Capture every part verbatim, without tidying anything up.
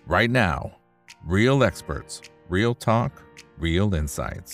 right now. Real experts, real talk, real insights.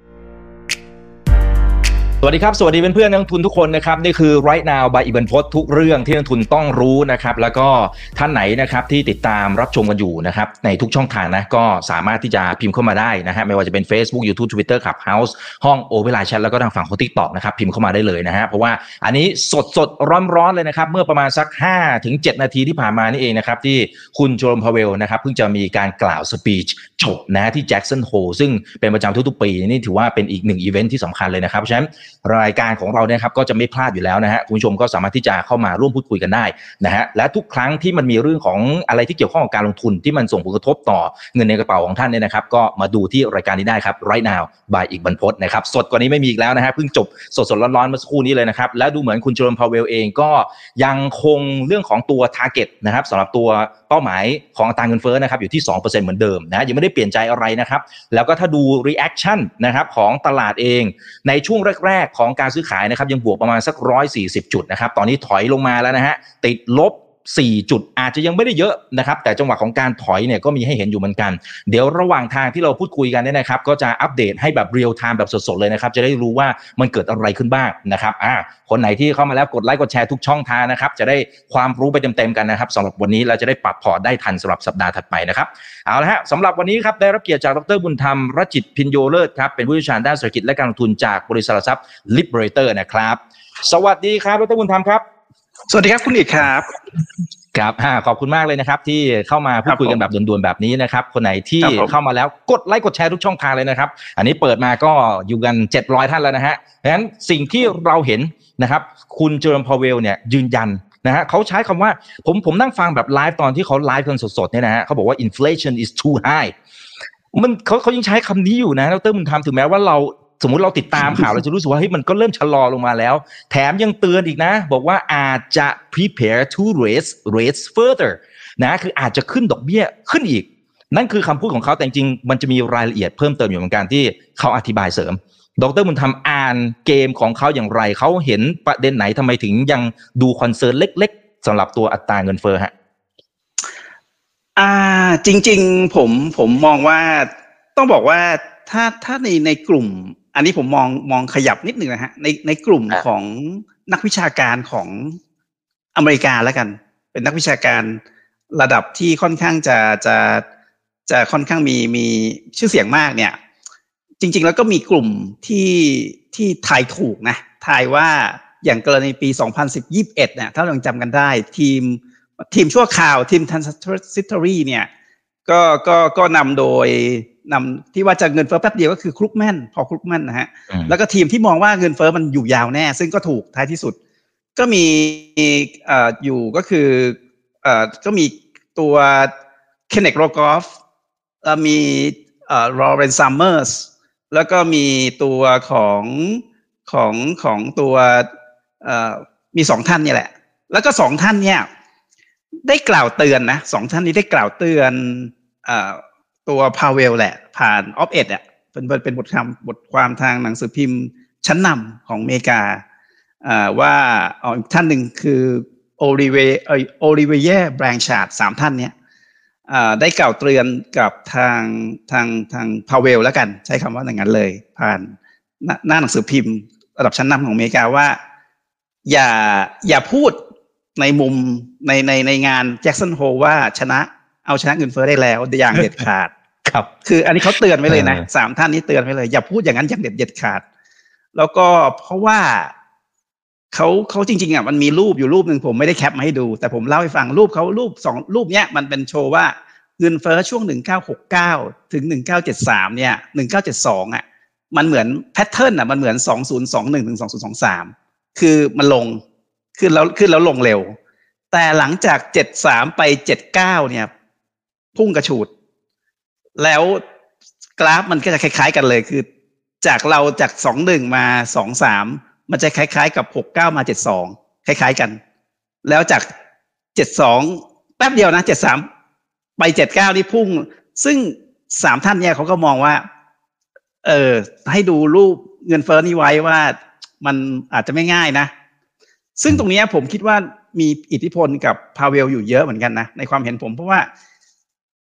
สวัสดีครับสวัสดีเพื่อนๆนักลงทุนทุกคนนะครับนี่คือ Right Now by อีกบรรพตทุกเรื่องที่นักลงทุนต้องรู้นะครับแล้วก็ท่านไหนนะครับที่ติดตามรับชมกันอยู่นะครับในทุกช่องทางนะก็สามารถที่จะพิมพ์เข้ามาได้นะฮะไม่ว่าจะเป็น Facebook YouTube Twitter Clubhouse ห้อง Overline Chat แล้วก็ทางฝั่งของ TikTok นะครับพิมพ์เข้ามาได้เลยนะฮะเพราะว่าอันนี้สดๆร้อนๆเลยนะครับเมื่อประมาณสัก ห้าถึงเจ็ด นาทีที่ผ่านมานี่เองนะครับที่คุณโจมพาเวลนะครับเพิ่งจะมีการกล่าวสปีชจบนะที่แจ็คสันโฮซึ่งเป็นประจำทุกๆปีนี่ถือว่าเป็นอีกหนึ่งอีเวนท์ที่สำคัญเลยนะครับเพราะฉะนั้นรายการของเราเนี่ยครับก็จะไม่พลาดอยู่แล้วนะฮะคุณผู้ชมก็สามารถที่จะเข้ามาร่วมพูดคุยกันได้นะฮะและทุกครั้งที่มันมีเรื่องของอะไรที่เกี่ยวข้องกับการลงทุนที่มันส่งผลกระทบต่อเงินในกระเป๋าของท่านเนี่ยนะครับก็มาดูที่รายการนี้ได้ครับ Right Now by อีกบรรพตนะครับสดกว่านี้ไม่มีอีกแล้วนะฮะเพิ่งจบสดๆร้อนๆเมื่อสักครู่นี้เลยนะครับและดูเหมือนคุณโจมพาเวลเองก็ยังคงเรื่องของตัว target นะครับสำหรับตัวเป้าหมายของอัตราเงินเฟ้อนะครับอยู่ที่ สองเปอร์เซ็นต์ เหมือนเดิมนะยังไม่ได้เปลี่ยนใจอะไรนะครับแล้วก็ถ้าดู reaction นะครับของตลาดเองในช่วงแรกๆของการซื้อขายนะครับยังบวกประมาณสักหนึ่งร้อยสี่สิบจุดนะครับตอนนี้ถอยลงมาแล้วนะฮะติดลบสี่จุดอาจจะยังไม่ได้เยอะนะครับแต่จังหวะของการถอยเนี่ยก็มีให้เห็นอยู่เหมือนกันเดี๋ยวระหว่างทางที่เราพูดคุยกันเนี่ยนะครับก็จะอัปเดตให้แบบเรียลไทม์แบบสดๆเลยนะครับจะได้รู้ว่ามันเกิดอะไรขึ้นบ้างนะครับอ่าคนไหนที่เข้ามาแล้วกดไลค์กดแชร์ทุกช่องทางนะครับจะได้ความรู้ไปเต็มๆกันนะครับสำหรับวันนี้เราจะได้ปรับพอร์ตได้ทันสำหรับสัปดาห์ถัดไปนะครับเอาละฮะสำหรับวันนี้ครับได้รับเกียรติจากดร.บุญธรรมรจิตพินโยเลิศครับเป็นผู้เชี่ยวชาญด้านเศรษฐกิจและการลงทุนจากบริษัทหลักทรัพย์ Liberator นะครับสวัสดีครับดร.บุญธรรมครับสวัสดีครับคุณอีกครับครับขอบคุณมากเลยนะครับที่เข้ามาพูดคุยกันแบบด่วนๆแบบนี้นะครับคนไหนที่เข้ามาแล้วกดไลค์กดแชร์ทุกช่องทางเลยนะครับอันนี้เปิดมาก็อยู่กันเจ็ดร้อยท่านแล้วนะฮะเพราะฉะนั้นสิ่งที่เราเห็นนะครับคุณเจอร์มพาเวลเนี่ยยืนยันนะฮะเขาใช้คำว่าผมผมนั่งฟังแบบไลฟ์ตอนที่เขาไลฟ์กันสดๆเนี่ยนะฮะเขาบอกว่า inflation is too high มันเขาเขายังใช้คำนี้อยู่นะดร.บุญธรรมถึงแม้ว่าเราสมมุติเราติดตามข่าวเราจะรู้สึกว่าเฮ้ยมันก็เริ่มชะลอลงมาแล้วแถมยังเตือนอีกนะบอกว่าอาจจะ prepare to raise raise further นะคืออาจจะขึ้นดอกเบี้ยขึ้นอีกนั่นคือคำพูดของเขาแต่จริงๆมันจะมีรายละเอียดเพิ่มเติมอยู่เหมือนกันที่เขาอธิบายเสริมดร.บุญธรรมอ่านเกมของเขาอย่างไรเขาเห็นประเด็นไหนทำไมถึงยังดูคอนเซิร์นเล็กๆสำหรับตัวอัตราเงินเฟ้อฮะอ่าจริงๆผมผมมองว่าต้องบอกว่าถ้าถ้าในในกลุ่มอันนี้ผมมองมองขยับนิดนึงนะฮะในในกลุ่มของนักวิชาการของอเมริกาแล้วกันเป็นนักวิชาการระดับที่ค่อนข้างจะจะจะค่อนข้างมีมีชื่อเสียงมากเนี่ยจริงๆแล้วก็มีกลุ่มที่ที่ทายถูกนะทายว่าอย่างกรณีปีสองพันยี่สิบเอ็ดเนี่ยถ้าเราจำกันได้ทีมทีมชั่วคราวทีม Transitory เนี่ยก็ก็ก็นำโดยนำที่ว่าจะเงินเฟ้อแป๊บเดียวก็คือครุกแมนพอครุกแมนนะฮะแล้วก็ทีมที่มองว่าเงินเฟ้อมันอยู่ยาวแน่ซึ่งก็ถูกท้ายที่สุดก็มีเอ่ออยู่ก็คือเอ่อก็มีตัวเคนเนกโรกอฟเอ่อมีเอ่อลอเรนซ์ซัมเมอร์สแล้วก็มีตัวของของของตัวเอ่อมีสองท่านนี่แหละแล้วก็สองท่านเนี่ยได้กล่าวเตือนนะสองท่านนี้ได้กล่าวเตือนเอ่อตัวพาเวลแหละผ่านออฟเอ็ดอ่ะเป็นเป็นบทความบทความทางหนังสือพิมพ์ชั้นนำของอเมริกาอ่าว่าอ๋ออีกท่านหนึ่งคือโอลิเวเอ่อโอลิเวียแบรงชาร์ดสามท่านเนี้ยอ่าได้กล่าวเตือนกับทางทางทางพาเวลแล้วกันใช้คำว่าอย่างนั้นเลยผ่านหน้าหนังสือพิมพ์ระดับชั้นนำของอเมริกาว่าอย่าอย่าพูดในมุมในในในงานแจ็คสันโฮว่าชนะเอาชนะเงินเฟ้อได้แล้วอย่างเด็ดขาดครับคืออันนี้เขาเตือนไว้เลยนะสามท่านนี้เตือนไว้เลยอย่าพูดอย่างนั้นอย่างเด็ดเด็ดขาดแล้วก็เพราะว่าเขาเขาจริงๆอ่ะมันมีรูปอยู่รูปหนึ่งผมไม่ได้แคปมาให้ดูแต่ผมเล่าให้ฟังรูปเขารูปสองรูปเนี้ยมันเป็นโชว์ว่าเงินเฟ้อช่วงหนึ่งพันเก้าร้อยหกสิบเก้าถึงหนึ่งพันเก้าร้อยเจ็ดสิบสามเนี่ยหนึ่งพันเก้าร้อยเจ็ดสิบสองอ่ะมันเหมือนแพทเทิร์นอ่ะมันเหมือนสองพันยี่สิบเอ็ดถึงสองพันยี่สิบสามคือมันลงขึ้นแล้วขึ้นแล้วลงเร็วแต่หลังจากเจ็ดสิบสามไปเจ็ดสิบเก้าเนี่ยพุ่งกระฉูดแล้วกราฟมันก็จะคล้ายๆกันเลยคือจากเราจากสองสิบเอ็ดมาสองสิบสามมันจะคล้ายๆกับหกสิบเก้ามาเจ็ดสิบสองคล้ายๆกันแล้วจากเจ็ดสิบสองแป๊บเดียวนะเจ็ดสิบสามไปเจ็ดสิบเก้านี่พุ่งซึ่งสามท่านเนี่ยเขาก็มองว่าเออให้ดูรูปเงินเฟ้อนี้ไว้ว่ามันอาจจะไม่ง่ายนะซึ่งตรงนี้ผมคิดว่ามีอิทธิพลกับพาเวลอยู่เยอะเหมือนกันนะในความเห็นผมเพราะว่า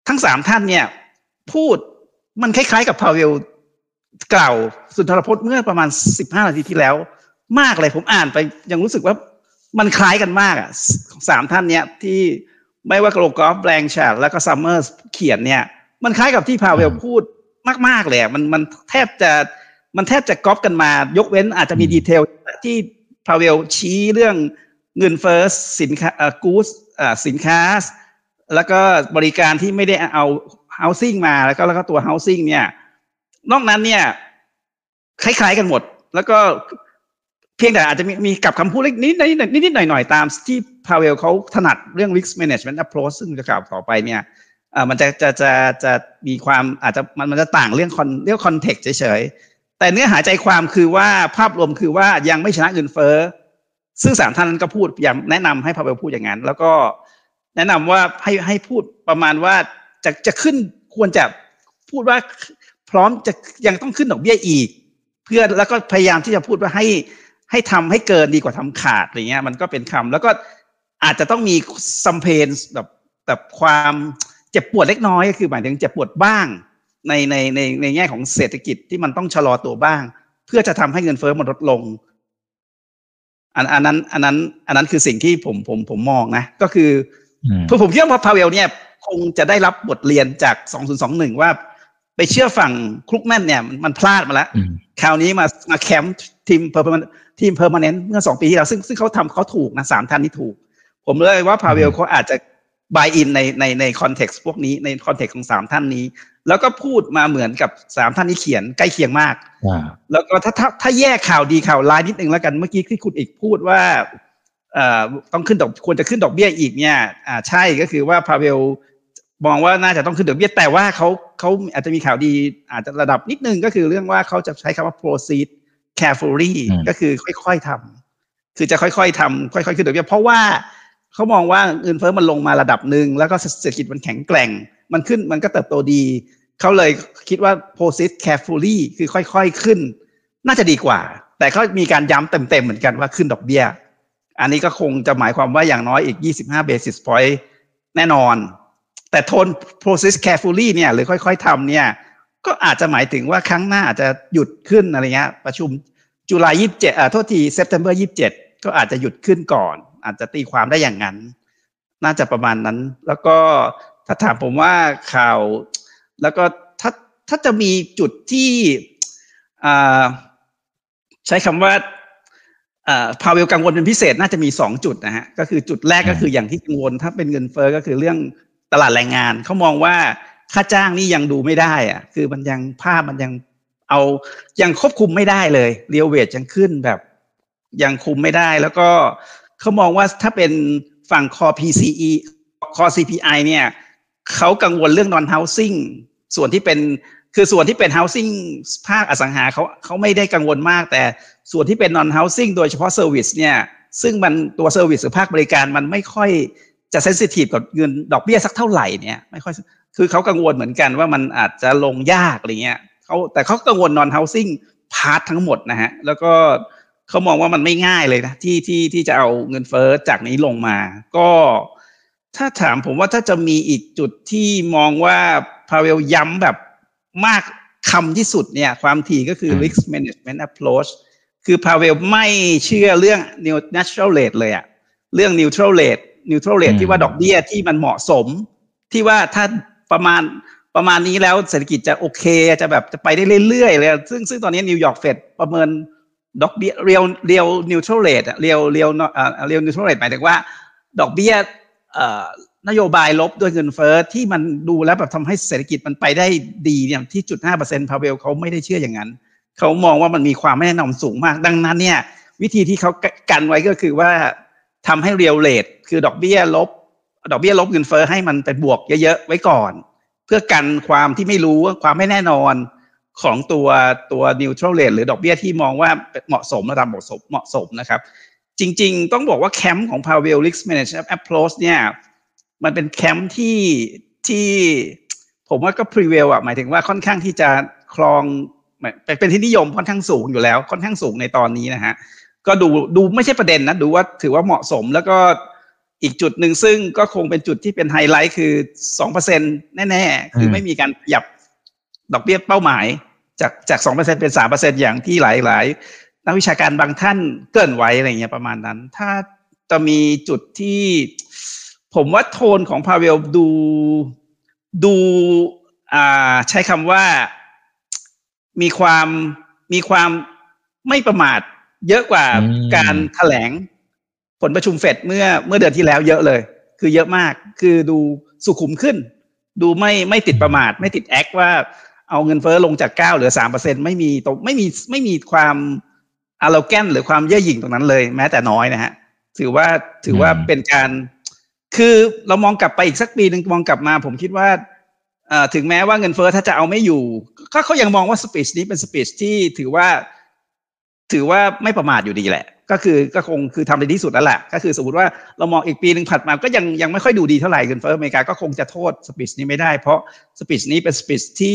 ทั้งสามท่านเนี่ยพูดมันคล้ายๆกับพาเวลกล่าวสุนทรพจน์เมื่อประมาณสิบห้านาทีที่แล้วมากเลยผมอ่านไปยังรู้สึกว่ามันคล้ายกันมากอ่ะสามท่านเนี้ยที่ไม่ว่าโกลกอฟแบลงชาร์ดแล้วก็ซัมเมอร์เขียนเนี่ยมันคล้ายกับที่พาเวลพูดมากๆเลยมันมันแทบจะมันแทบจะก๊อปกันมายกเว้นอาจจะมีดีเทลที่พาเวลชี้เรื่องเงินเฟ้อสินค้าเอ่อกู๊ดเอ่อสินค้าแล้วก็บริการที่ไม่ได้เอา housing มาแล้วก็แล้วก็ตัว housing เนี่ยนอกนั้นเนี่ยคล้ายๆกันหมดแล้วก็เพียงแต่อาจจะมีมีกับคำพูดเล็กนิดนิดนิดนิดหน่อยหน่อยตามที่พาเวลเขาถนัดเรื่อง risk management approach ซึ่งจะกล่าวต่อไปเนี่ยอ่ามันจะจะจะจะมีความอาจจะมันมันจะต่างเรื่องคอนเรื่อง context เฉยๆแต่เนื้อหาใจความคือว่าภาพรวมคือว่ายังไม่ชนะเงินเฟ้อซึ่งสามท่านนั้นก็พูดพยายามแนะนำให้พาเวลพูดอย่างนั้นแล้วก็แนะนำว่าให้ให้พูดประมาณว่าจะจะขึ้นควรจะพูดว่าพร้อมจะยังต้องขึ้นดอกเบี้ยอีกเพื่อแล้วก็พยายามที่จะพูดว่าให้ให้ทำให้เกินดีกว่าทำขาดอะไรเงี้ยมันก็เป็นคำแล้วก็อาจจะต้องมีซัมเพนแบบแบบความเจ็บปวดเล็กน้อยก็คือหมายถึงเจ็บปวดบ้างในในในในแง่ของเศรษฐกิจที่มันต้องชะลอตัวบ้างเพื่อจะทำให้เงินเฟ้อมันลดลงอันอันนั้นอันนั้นอันนั้นคือสิ่งที่ผมผมผมมองนะก็คือเพราะผมคิดว่าพาเวลเนี่ยคงจะได้รับบทเรียนจากสองพันยี่สิบเอ็ดว่าไปเชื่อฝั่งคลุกแม่นเนี่ยมันพลาดมาแล้วคราวนี้มามาแคมป์ทีมเพอร์ทีมเพอร์มานนต์เมื่อสองปีที่แล้วซึ่งซึ่งเขาทำเขาถูกนะสามท่านนี้ถูกผมเลยว่าพาเวลเขาอาจจะบายอินในในในคอนเท็กซ์พวกนี้ในคอนเท็กซ์ของสามท่านนี้แล้วก็พูดมาเหมือนกับสามท่านนี้เขียนใกล้เคียงมากแล้วก็ถ้าถ้าถ้าแยกข่าวดีข่าวร้ายนิดนึงแล้วกันเมื่อกี้ที่คุณอีกพูดว่าเอ่อต้องขึ้นดอกควรจะขึ้นดอกเบี้ยอีกเนี่ยอ่าใช่ก็คือว่าพาเวลมองว่าน่าจะต้องขึ้นดอกเบี้ยแต่ว่าเขาเขาอาจจะมีข่าวดีอาจจะระดับนิดนึงก็คือเรื่องว่าเขาจะใช้คำว่า proceed carefully ก็คือค่อยๆทำคือจะค่อยๆทำค่อยๆขึ้นดอกเบี้ยเพราะว่าเขามองว่าเงินเฟ้อมันลงมาระดับหนึ่งแล้วก็เศรษฐกิจมันแข็งแกร่งมันขึ้นมันก็เติบโตดีเขาเลยคิดว่า proceed carefully คือค่อยๆขึ้นน่าจะดีกว่าแต่เขามีการย้ำเต็มๆเหมือนกันว่าขึ้นดอกเบี้ยอันนี้ก็คงจะหมายความว่าอย่างน้อยอีกยี่สิบห้า basis point แน่นอนแต่โทน process carefully เนี่ยหรือค่อยๆทำเนี่ยก็อาจจะหมายถึงว่าครั้งหน้าอาจจะหยุดขึ้นอะไรเงี้ยประชุมจุลายยี่สิบเจ็ดอ่าโทษที September ยี่สิบเจ็ดก็อาจจะหยุดขึ้นก่อนอาจจะตีความได้อย่างนั้นน่าจะประมาณนั้นแล้วก็ถ้าถามผมว่าข่าวแล้วก็ถ้าถ้าจะมีจุดที่อ่าใช้คำว่าอ่าพาเวลกังวลเป็นพิเศษน่าจะมีสองจุดนะฮะก็คือจุดแรกก็คืออย่างที่กังวลถ้าเป็นเงินเฟ้อก็คือเรื่องตลาดแรงงานเขามองว่าค่าจ้างนี่ยังดูไม่ได้อะคือมันยังภาพมันยังเอายังควบคุมไม่ได้เลยเรียลเวจยังขึ้นแบบยังคุมไม่ได้แล้วก็เขามองว่าถ้าเป็นฝั่งคอ พี ซี อี คอ ซี พี ไอ เนี่ยเขากังวลเรื่อง non housing ส่วนที่เป็นคือส่วนที่เป็น housing ภาคอสังหาเขาเขาไม่ได้กังวลมากแต่ส่วนที่เป็น non housing โดยเฉพาะ service เนี่ยซึ่งมันตัว service หรือภาคบริการมันไม่ค่อยจะเซนซิทีฟกับเงินดอกเบี้ยสักเท่าไหร่เนี่ยไม่ค่อยคือเขากังวลเหมือนกันว่ามันอาจจะลงยากอะไรเงี้ยเขาแต่เขากังวล non housing พาร์ททั้งหมดนะฮะแล้วก็เขามองว่ามันไม่ง่ายเลยนะที่ที่ที่จะเอาเงินเฟ้อจากนี้ลงมาก็ถ้าถามผมว่าถ้าจะมีอีกจุดที่มองว่าพาเวลย้ำแบบมากคำที่สุดเนี่ยความถี่ก็คือ risk management approach คือพาเวลไม่เชื่อเรื่อง natural rate เลยอะเรื่อง neutral rate neutral rate ที่ว่าดอกเบี้ยที่มันเหมาะสมที่ว่าถ้าประมาณประมาณนี้แล้วเศรษฐกิจจะโอเคจะแบบจะไปได้เรื่อยๆเลยซึ่งซึ่งตอนนี้นิวยอร์กเฟดประเมินดอกเบี้ย real real neutral rate อะ real real เอ่อ real neutral rate หมายถึงว่าดอกเบี้ยเอ่อนโยบายลบด้วยเงินเฟ้อที่มันดูแล้วแบบทำให้เศรษฐกิจมันไปได้ดีเนี่ยที่ ศูนย์จุดห้าเปอร์เซ็นต์ พาเวลเขาไม่ได้เชื่ออย่างนั้นเขามองว่ามันมีความไม่แน่นอนสูงมากดังนั้นเนี่ยวิธีที่เขากันไว้ก็คือว่าทำให้ real rate คือดอกเบี้ยลบดอกเบี้ยลบเงินเฟ้อให้มันเป็นบวกเยอะๆไว้ก่อนเพื่อกันความที่ไม่รู้ความไม่แน่นอนของตัวตัว neutral rate หรือดอกเบี้ยที่มองว่าเหมาะสมระดับเหมาะสมเหมาะสมนะครับจริงๆต้องบอกว่าแคมป์ของ Powell Risk Management Approach เนี่ยมันเป็นแคมป์ที่ที่ผมว่าก็ prevail อ่ะหมายถึงว่าค่อนข้างที่จะครองเป็นที่นิยมค่อนข้างสูงอยู่แล้วค่อนข้างสูงในตอนนี้นะฮะก็ดูดูไม่ใช่ประเด็นนะดูว่าถือว่าเหมาะสมแล้วก็อีกจุดหนึ่งซึ่งก็คงเป็นจุดที่เป็นไฮไลท์คือ สองเปอร์เซ็นต์ แน่ๆคือไม่มีการขยับดอกเบี้ยเป้าหมายจากจาก สองเปอร์เซ็นต์ เป็น สามเปอร์เซ็นต์ อย่างที่หลายๆนักวิชาการบางท่านเกริ่นไว้อะไรเงี้ยประมาณนั้นถ้าจะมีจุดที่ผมว่าโทนของพาเวลดูดูอ่าใช้คำว่ามีความมีความไม่ประมาทเยอะกว่าการแถลงผลประชุมเฟดเมื่อเมื่อเดือนที่แล้วเยอะเลยคือเยอะมากคือดูสุขุมขึ้นดูไม่ไม่ติดประมาทไม่ติดแอคว่าเอาเงินเฟ้อลงจากเก้าเหลือ สามเปอร์เซ็นต์ ไม่มีตรงไม่มีไม่มีความอาร์โลแกนหรือความเย่อหยิ่งตรงนั้นเลยแม้แต่น้อยนะฮะถือว่าถือว่าเป็นการคือเรามองกลับไปอีกสักปีนึงมองกลับมาผมคิดว่าถึงแม้ว่าเงินเฟ้อถ้าจะเอาไม่อยู่ก็เขายังมองว่าสปีชนี้เป็นสปีชที่ถือว่าถือว่าไม่ประมาทอยู่ดีแหละก็คือก็คงคือทำได้ที่สุดแล้วแหละก็คือสมมติว่าเรามองอีกปีนึงถัดมาก็ยังยังไม่ค่อยดูดีเท่าไหร่เงินเฟ้ออเมริกาก็คงจะโทษสปีชนี้ไม่ได้เพราะสปีชนี้เป็นสปีชที่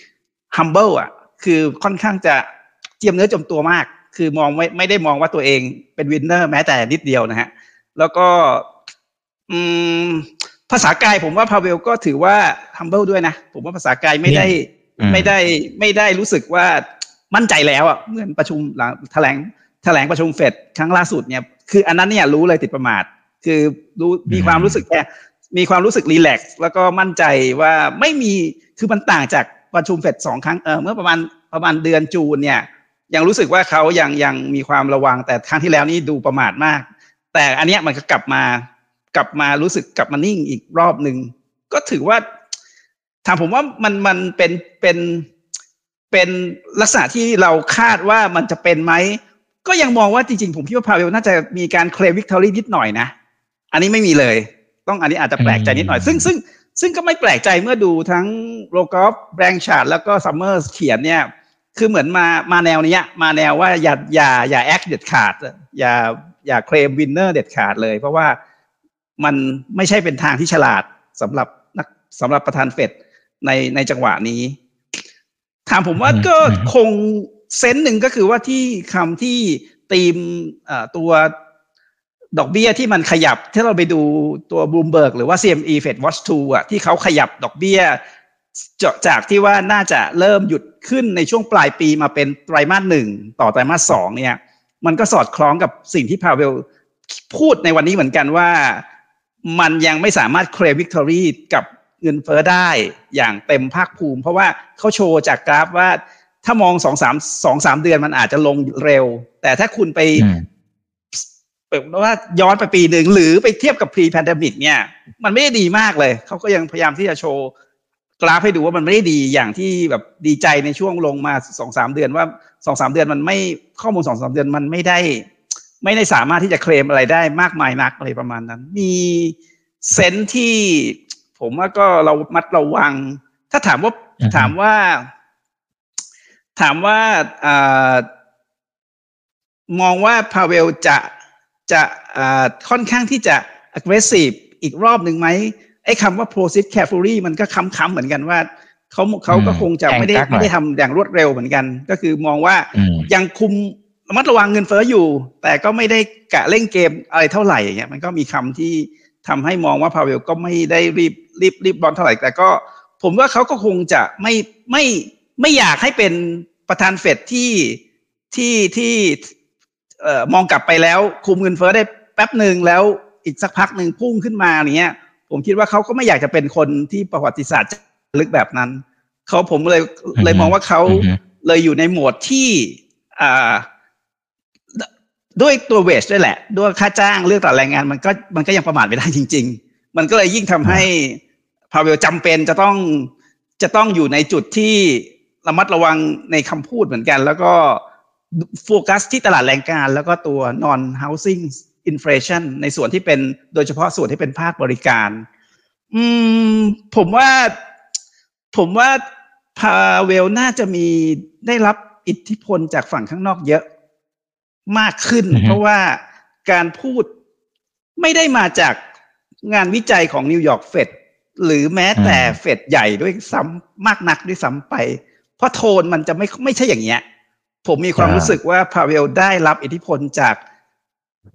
humble อ่ะคือค่อนข้างจะเจียมเนื้อจมตัวมากคือมองไม่ไม่ได้มองว่าตัวเองเป็นวินเนอร์แม้แต่นิดเดียวนะฮะแล้วก็อืมภาษากายผมว่าพาเวลก็ถือว่า humble ด้วยนะผมว่าภาษากายไม่ได้ไม่ได้ไม่ได้รู้สึกว่ามั่นใจแล้วอ่ะเหมือนประชุมหลังแถลงแถลงประชุมเฟดครั้งล่าสุดเนี่ยคืออันนั้นเนี่ยรู้เลยติดประมาทคือรู้มีความรู้สึกแค่มีความรู้สึกรีแลกซ์แล้วก็มั่นใจว่าไม่มีคือมันต่างจากประชุมเฟดสองครั้งเออเมื่อประมาณประมาณเดือนจูนเนี่ยยังรู้สึกว่าเขายังยังมีความระวังแต่ครั้งที่แล้วนี่ดูประมาทมากแต่อันเนี้ยมันก็กลับมากลับมารู้สึกกลับมานิ่งอีกรอบนึงก็ถือว่าถามผมว่ามันมันเป็นเป็นเป็นลักษณะที่เราคาดว่ามันจะเป็นไหมก็ยังมองว่าจริงๆผมคิดว่าพาเวลน่าจะมีการเคลมวิกตอรี่นิดหน่อยนะอันนี้ไม่มีเลยต้องอันนี้อาจจะแปลกใจนิดหน่อยซึ่งซึ่งซึ่งก็ไม่แปลกใจเมื่อดูทั้งโรกอฟแบงชาร์ดแล้วก็ซัมเมอร์เขียนเนี่ยคือเหมือนมามาแนวนี้มาแนวว่าอย่าอย่าอย่าแอคเด็ดขาดอย่าอย่าเคลมวินเนอร์เด็ดขาดเลยเพราะว่ามันไม่ใช่เป็นทางที่ฉลาดสำหรับนักสำหรับประธานเฟดในในจังหวะนี้ถามผมว่าก็คงเซนส์หนึ่งก็คือว่าที่คำที่ตีมตัวดอกเบี้ยที่มันขยับถ้าเราไปดูตัว Bloomberg หรือว่า ซี เอ็ม อี Fed Watch ทูอ่ะที่เขาขยับดอกเบี้ยจากที่ว่าน่าจะเริ่มหยุดขึ้นในช่วงปลายปีมาเป็นไตรมาสหนึ่งต่อไตรมาสสองเนี่ยมันก็สอดคล้องกับสิ่งที่พาเวลพูดในวันนี้เหมือนกันว่ามันยังไม่สามารถเคลมวิกตอรี่กับเงินเฟ้อได้อย่างเต็มภาคภูมิเพราะว่าเขาโชว์จากกราฟว่าถ้ามอง สองถึงสาม สองถึงสาม เดือนมันอาจจะลงเร็วแต่ถ้าคุณไปแบบว่าย้อนไปปีหนึ่งหรือไปเทียบกับ pre pandemic เนี่ยมันไม่ได้ดีมากเลยเขาก็ยังพยายามที่จะโชว์กราฟให้ดูว่ามันไม่ได้ดีอย่างที่แบบดีใจในช่วงลงมา สองถึงสาม เดือนว่า สองถึงสาม เดือนมันไม่ข้อมูล สองถึงสาม เดือนมันไม่ได้ไม่ได้สามารถที่จะเคลมอะไรได้มากมายนักอะไรประมาณนั้นมีเซนส์ที่ผมว่าก็เรามัดระวังถ้าถามว่าถามว่าถามว่าอ่ามองว่าพาเวลจะจะอ่าค่อนข้างที่จะ aggressive อีกรอบหนึ่งไหมไอ้คำว่า proceed carefully มันก็ค้ำๆเหมือนกันว่าเขาเขาก็คงจะไม่ได้ไม่ได้ทำอย่างรวดเร็วเหมือนกันก็คือมองว่ายังคุมระมัดระวังเงินเฟ้ออยู่แต่ก็ไม่ได้กะเล่นเกมอะไรเท่าไหร่อย่างเงี้ยมันก็มีคำที่ทำให้มองว่าพาเวลก็ไม่ได้รีบรีบรีบบอลเท่าไหร่แต่ก็ผมว่าเขาก็คงจะไม่ไม่ไม่อยากให้เป็นประธานเฟดที่ที่ที่เอ่อมองกลับไปแล้วคุมเงินเฟ้อได้แป๊บหนึ่งแล้วอีกสักพักหนึ่งพุ่งขึ้นมาเนี้ยผมคิดว่าเขาก็ไม่อยากจะเป็นคนที่ประวัติศาสตร์ลึกแบบนั้นเขาผมเลยเลยมองว่าเขาเลยอยู่ในโหมดที่อ่าด้วยตัวเวจด้วยแหละด้วยค่าจ้างเรื่องต่อแรงงานมันก็มันก็ยังประมาทไม่ได้จริงๆมันก็เลยยิ่งทำให้พาเวลจำเป็นจะต้องจะต้องอยู่ในจุดที่ระมัดระวังในคำพูดเหมือนกันแล้วก็โฟกัสที่ตลาดแรงงานแล้วก็ตัว non housing inflation ในส่วนที่เป็นโดยเฉพาะส่วนที่เป็นภาคบริการอืมผมว่าผมว่าพาเวลน่าจะมีได้รับอิทธิพลจากฝั่งข้างนอกเยอะมากขึ้น mm-hmm. เพราะว่าการพูดไม่ได้มาจากงานวิจัยของนิวยอร์กเฟดหรือแม้แต่เฟดใหญ่ด้วยซ้ำมากนักด้วยซ้ำไปเพราะโทนมันจะไม่ไม่ใช่อย่างเงี้ยผมมีความรู้สึกว่าพาเวลได้รับอิทธิพลจาก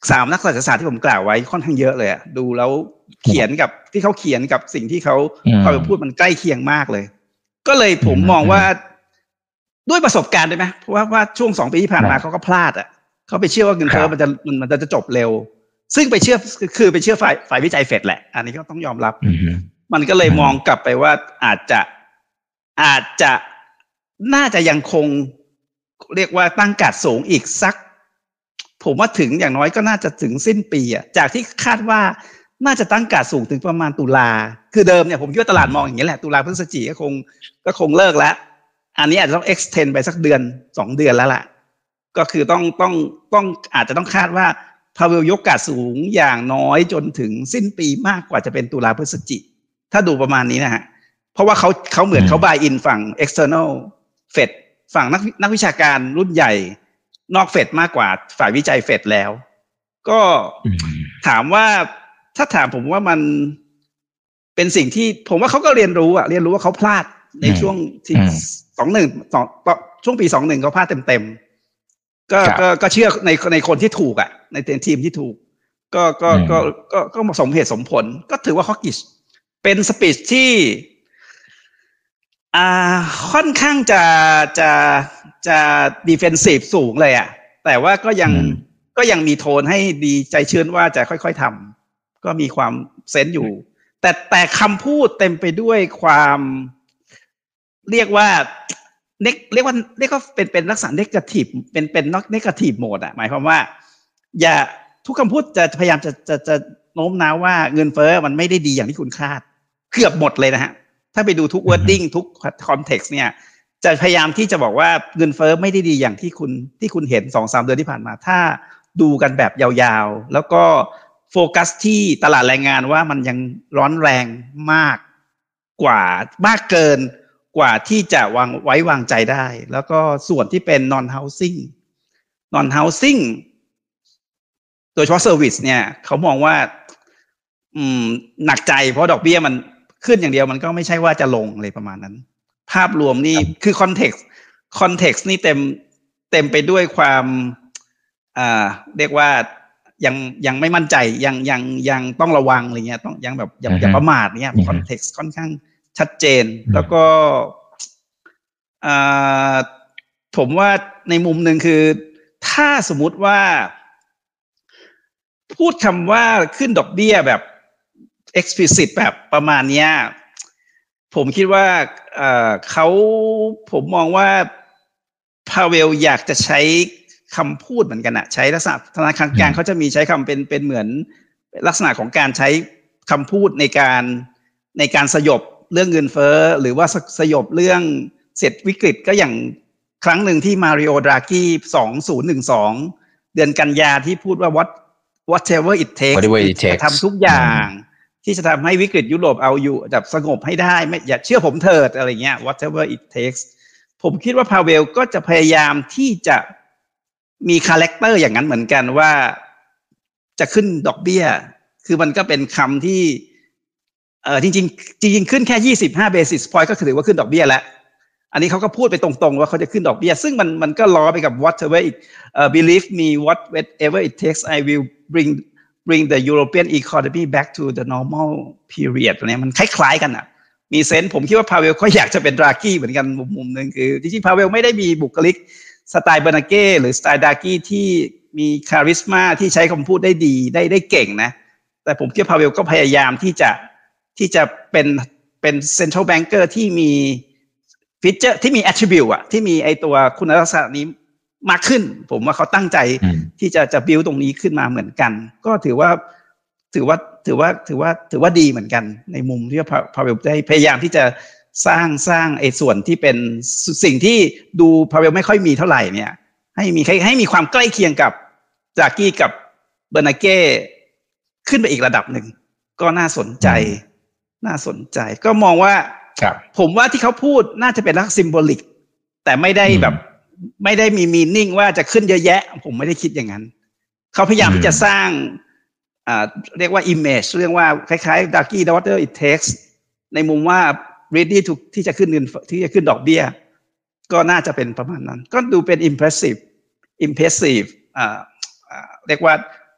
สามนักเศรษฐศาสตร์ที่ผมกล่าวไว้ค่อนข้างเยอะเลยอะดูแล้วเขียนกับที่เขาเขียนกับสิ่งที่เขาพอไปพูดมันใกล้เคียงมากเลยก็เลยผมมองว่าด้วยประสบการณ์ได้ไหมเพราะว่าว่าช่วงสองปีที่ผ่านมาเขาก็พลาดอ่ะเขาไปเชื่อว่าเงินเฟ้อมันจะมันมันจะจบเร็วซึ่งไปเชื่อคือไปเชื่อฝ่ายฝ่ายวิจัยเฟดแหละอันนี้ก็ต้องยอมรับมันก็เลยมองกลับไปว่าอาจจะอาจจะน่าจะยังคงเรียกว่าตั้งการ์ดสูงอีกสักผมว่าถึงอย่างน้อยก็น่าจะถึงสิ้นปีอ่ะจากที่คาดว่าน่าจะตั้งการ์ดสูงถึงประมาณตุลาคือเดิมเนี่ยผมคิดว่าตลาดมองอย่างนี้แหละตุลาพฤศจิกายนก็คงก็คงเลิกแล้วอันนี้อาจจะต้อง extend ไปสักเดือนสองเดือนแล้วล่ะก็คือต้องต้องต้องอาจจะต้องคาดว่าพาเวลยกการ์ดสูงอย่างน้อยจนถึงสิ้นปีมากกว่าจะเป็นตุลาพฤศจิกายนถ้าดูประมาณนี้นะฮะเพราะว่าเขาเขาเหมือนเขา buy in ฝั่ง external Fed ฝั่งนักนักวิชาการรุ่นใหญ่นอกเฟดมากกว่าฝ่ายวิจัยเฟดแล้วก็ถามว่าถ้าถามผมว่ามันเป็นสิ่งที่ผมว่าเขาก็เรียนรู้อะเรียนรู้ว่าเขาพลาดในช่วงที่สองหนึ่งสองช่วงปีสองหนึ่งเขาพลาดเต็มๆก็ก็ก็เชื่อในในคนที่ถูกอะในทีมที่ถูกก็ก็ก็ก็ก็สมเหตุสมผลก็ถือว่าฮอกกิชเป็นสปีชที่อ่าค่อนข้างจะจะจะดิเฟนซีฟสูงเลยอะแต่ว่าก็ยังก็ยังมีโทนให้ดีใจชื้นว่าจะค่อยๆทำก็มีความเซนส์อยู่แต่แต่คำพูดเต็มไปด้วยความเรียกว่าเนกเรียกว่าเรียกว่าเป็นเป็นลักษณะเนกาทีฟเป็นเป็นนอกเนกาทีฟโหมดอะหมายความว่าอย่าทุกคำพูดจะพยายามจะจะจะโน้มน้าวว่าเงินเฟ้อมันไม่ได้ดีอย่างที่คุณคาดเกือบหมดเลยนะฮะถ้าไปดูทุก wording ทุก context เนี่ยจะพยายามที่จะบอกว่าเงินเฟ้อไม่ได้ดีอย่างที่คุณที่คุณเห็น สองสาม เดือนที่ผ่านมาถ้าดูกันแบบยาวๆแล้วก็โฟกัสที่ตลาดแรงงานว่ามันยังร้อนแรงมากกว่ามากเกินกว่าที่จะวางไว้วางใจได้แล้วก็ส่วนที่เป็น non housing non housing โดยเฉพาะ service เนี่ยเขามองว่าอืมหนักใจเพราะดอกเบี้ยมันขึ้นอย่างเดียวมันก็ไม่ใช่ว่าจะลงอะไรประมาณนั้นภาพรวมนี่คือ context context นี่เต็มเต็มไปด้วยความอ่าเรียกว่ายังยังไม่มั่นใจยังยังยังต้องระวังอะไรเงี้ยต้องยังแบบอย่าอย่าประมาทเนี่ย context ค่อนข้างชัดเจนแล้วก็อ่าผมว่าในมุมหนึ่งคือถ้าสมมุติว่าพูดคำว่าขึ้นดอกเบี้ยแบบ explicit แบบประมาณเนี้ยผมคิดว่าเอ่อเขาผมมองว่าพาเวลอยากจะใช้คำพูดเหมือนกันอะใช้ลักษณะธนาคารกลางเขาจะมีใช้คำเป็นเป็นเหมือนลักษณะของการใช้คำพูดในการในการสยบเรื่องเงินเฟ้อหรือว่าสยบเรื่องเศรษฐวิกฤตก็อย่างครั้งหนึ่งที่มาริโอดรากี้สองพันสิบสองเดือนกันยาที่พูดว่า what whatever it takes จะทำทุกอย่างที่จะทำให้วิกฤตยุโรปเอาอยู่แบบสงบให้ได้ไม่อย่าเชื่อผมเถิดอะไรเงี้ย whatever it takes ผมคิดว่าพาเวลก็จะพยายามที่จะมีคาแรคเตอร์อย่างนั้นเหมือนกันว่าจะขึ้นดอกเบี้ยคือมันก็เป็นคำที่เออจริงๆจริงๆขึ้นแค่ยี่สิบห้า basis point ก็ถือว่าขึ้นดอกเบี้ยแล้วอันนี้เขาก็พูดไปตรงๆว่าเขาจะขึ้นดอกเบี้ยซึ่งมันมันก็ล้อไปกับ whatever it uh, believe me whatever it takes I will bring bring the European economy back to the normal period เนี่ยมันคล้ายๆกันอ่ะมีเซนส์ผมคิดว่าพาเวลก็อยากจะเป็นดรากี้เหมือนกันมุมๆนึงคือจริงๆพาเวลไม่ได้มีบุคลิกสไตล์เบอร์นาเก้หรือสไตล์ดรากี้ที่มีคาริสมาที่ใช้คำพูดได้ดีได้ได้เก่งนะแต่ผมคิดว่าพาเวลก็พยายามที่จะที่จะเป็นเป็นเซ็นทรัลแบงเกอร์ที่มีฟีเจอร์ที่มี attribute อะที่มีไอตัวคุณลักษณะนี้มากขึ้นผมว่าเขาตั้งใจที่จะจะ build ตรงนี้ขึ้นมาเหมือนกันก็ถือว่าถือว่าถือว่าถือว่าถือว่าดีเหมือนกันในมุมที่พาเวลได้พยายามที่จะสร้างสร้างไอ้ส่วนที่เป็นสิ่งที่ดูพาเวลไม่ค่อยมีเท่าไหร่เนี่ยให้มีให้มีความใกล้เคียงกับดรากี้กับเบอร์นาเก้ขึ้นไปอีกระดับหนึ่งก็น่าสนใจน่าสนใจก็มองว่าผมว่าที่เขาพูดน่าจะเป็นลักษณะซิมโบลิกแต่ไม่ได้แบบไม่ได้มีมีนิ่งว่าจะขึ้นเยอะแยะผมไม่ได้คิดอย่างนั้นเขาพยายามที่จะสร้างอ่าเรียกว่า image เรื่องว่าคล้ายๆ Draghi whatever it takes ในมุมว่า ready to ที่จะขึ้นเงินที่จะขึ้นดอกเบี้ยก็น่าจะเป็นประมาณนั้นก็ดูเป็น impressive impressive อ่าเรียกว่า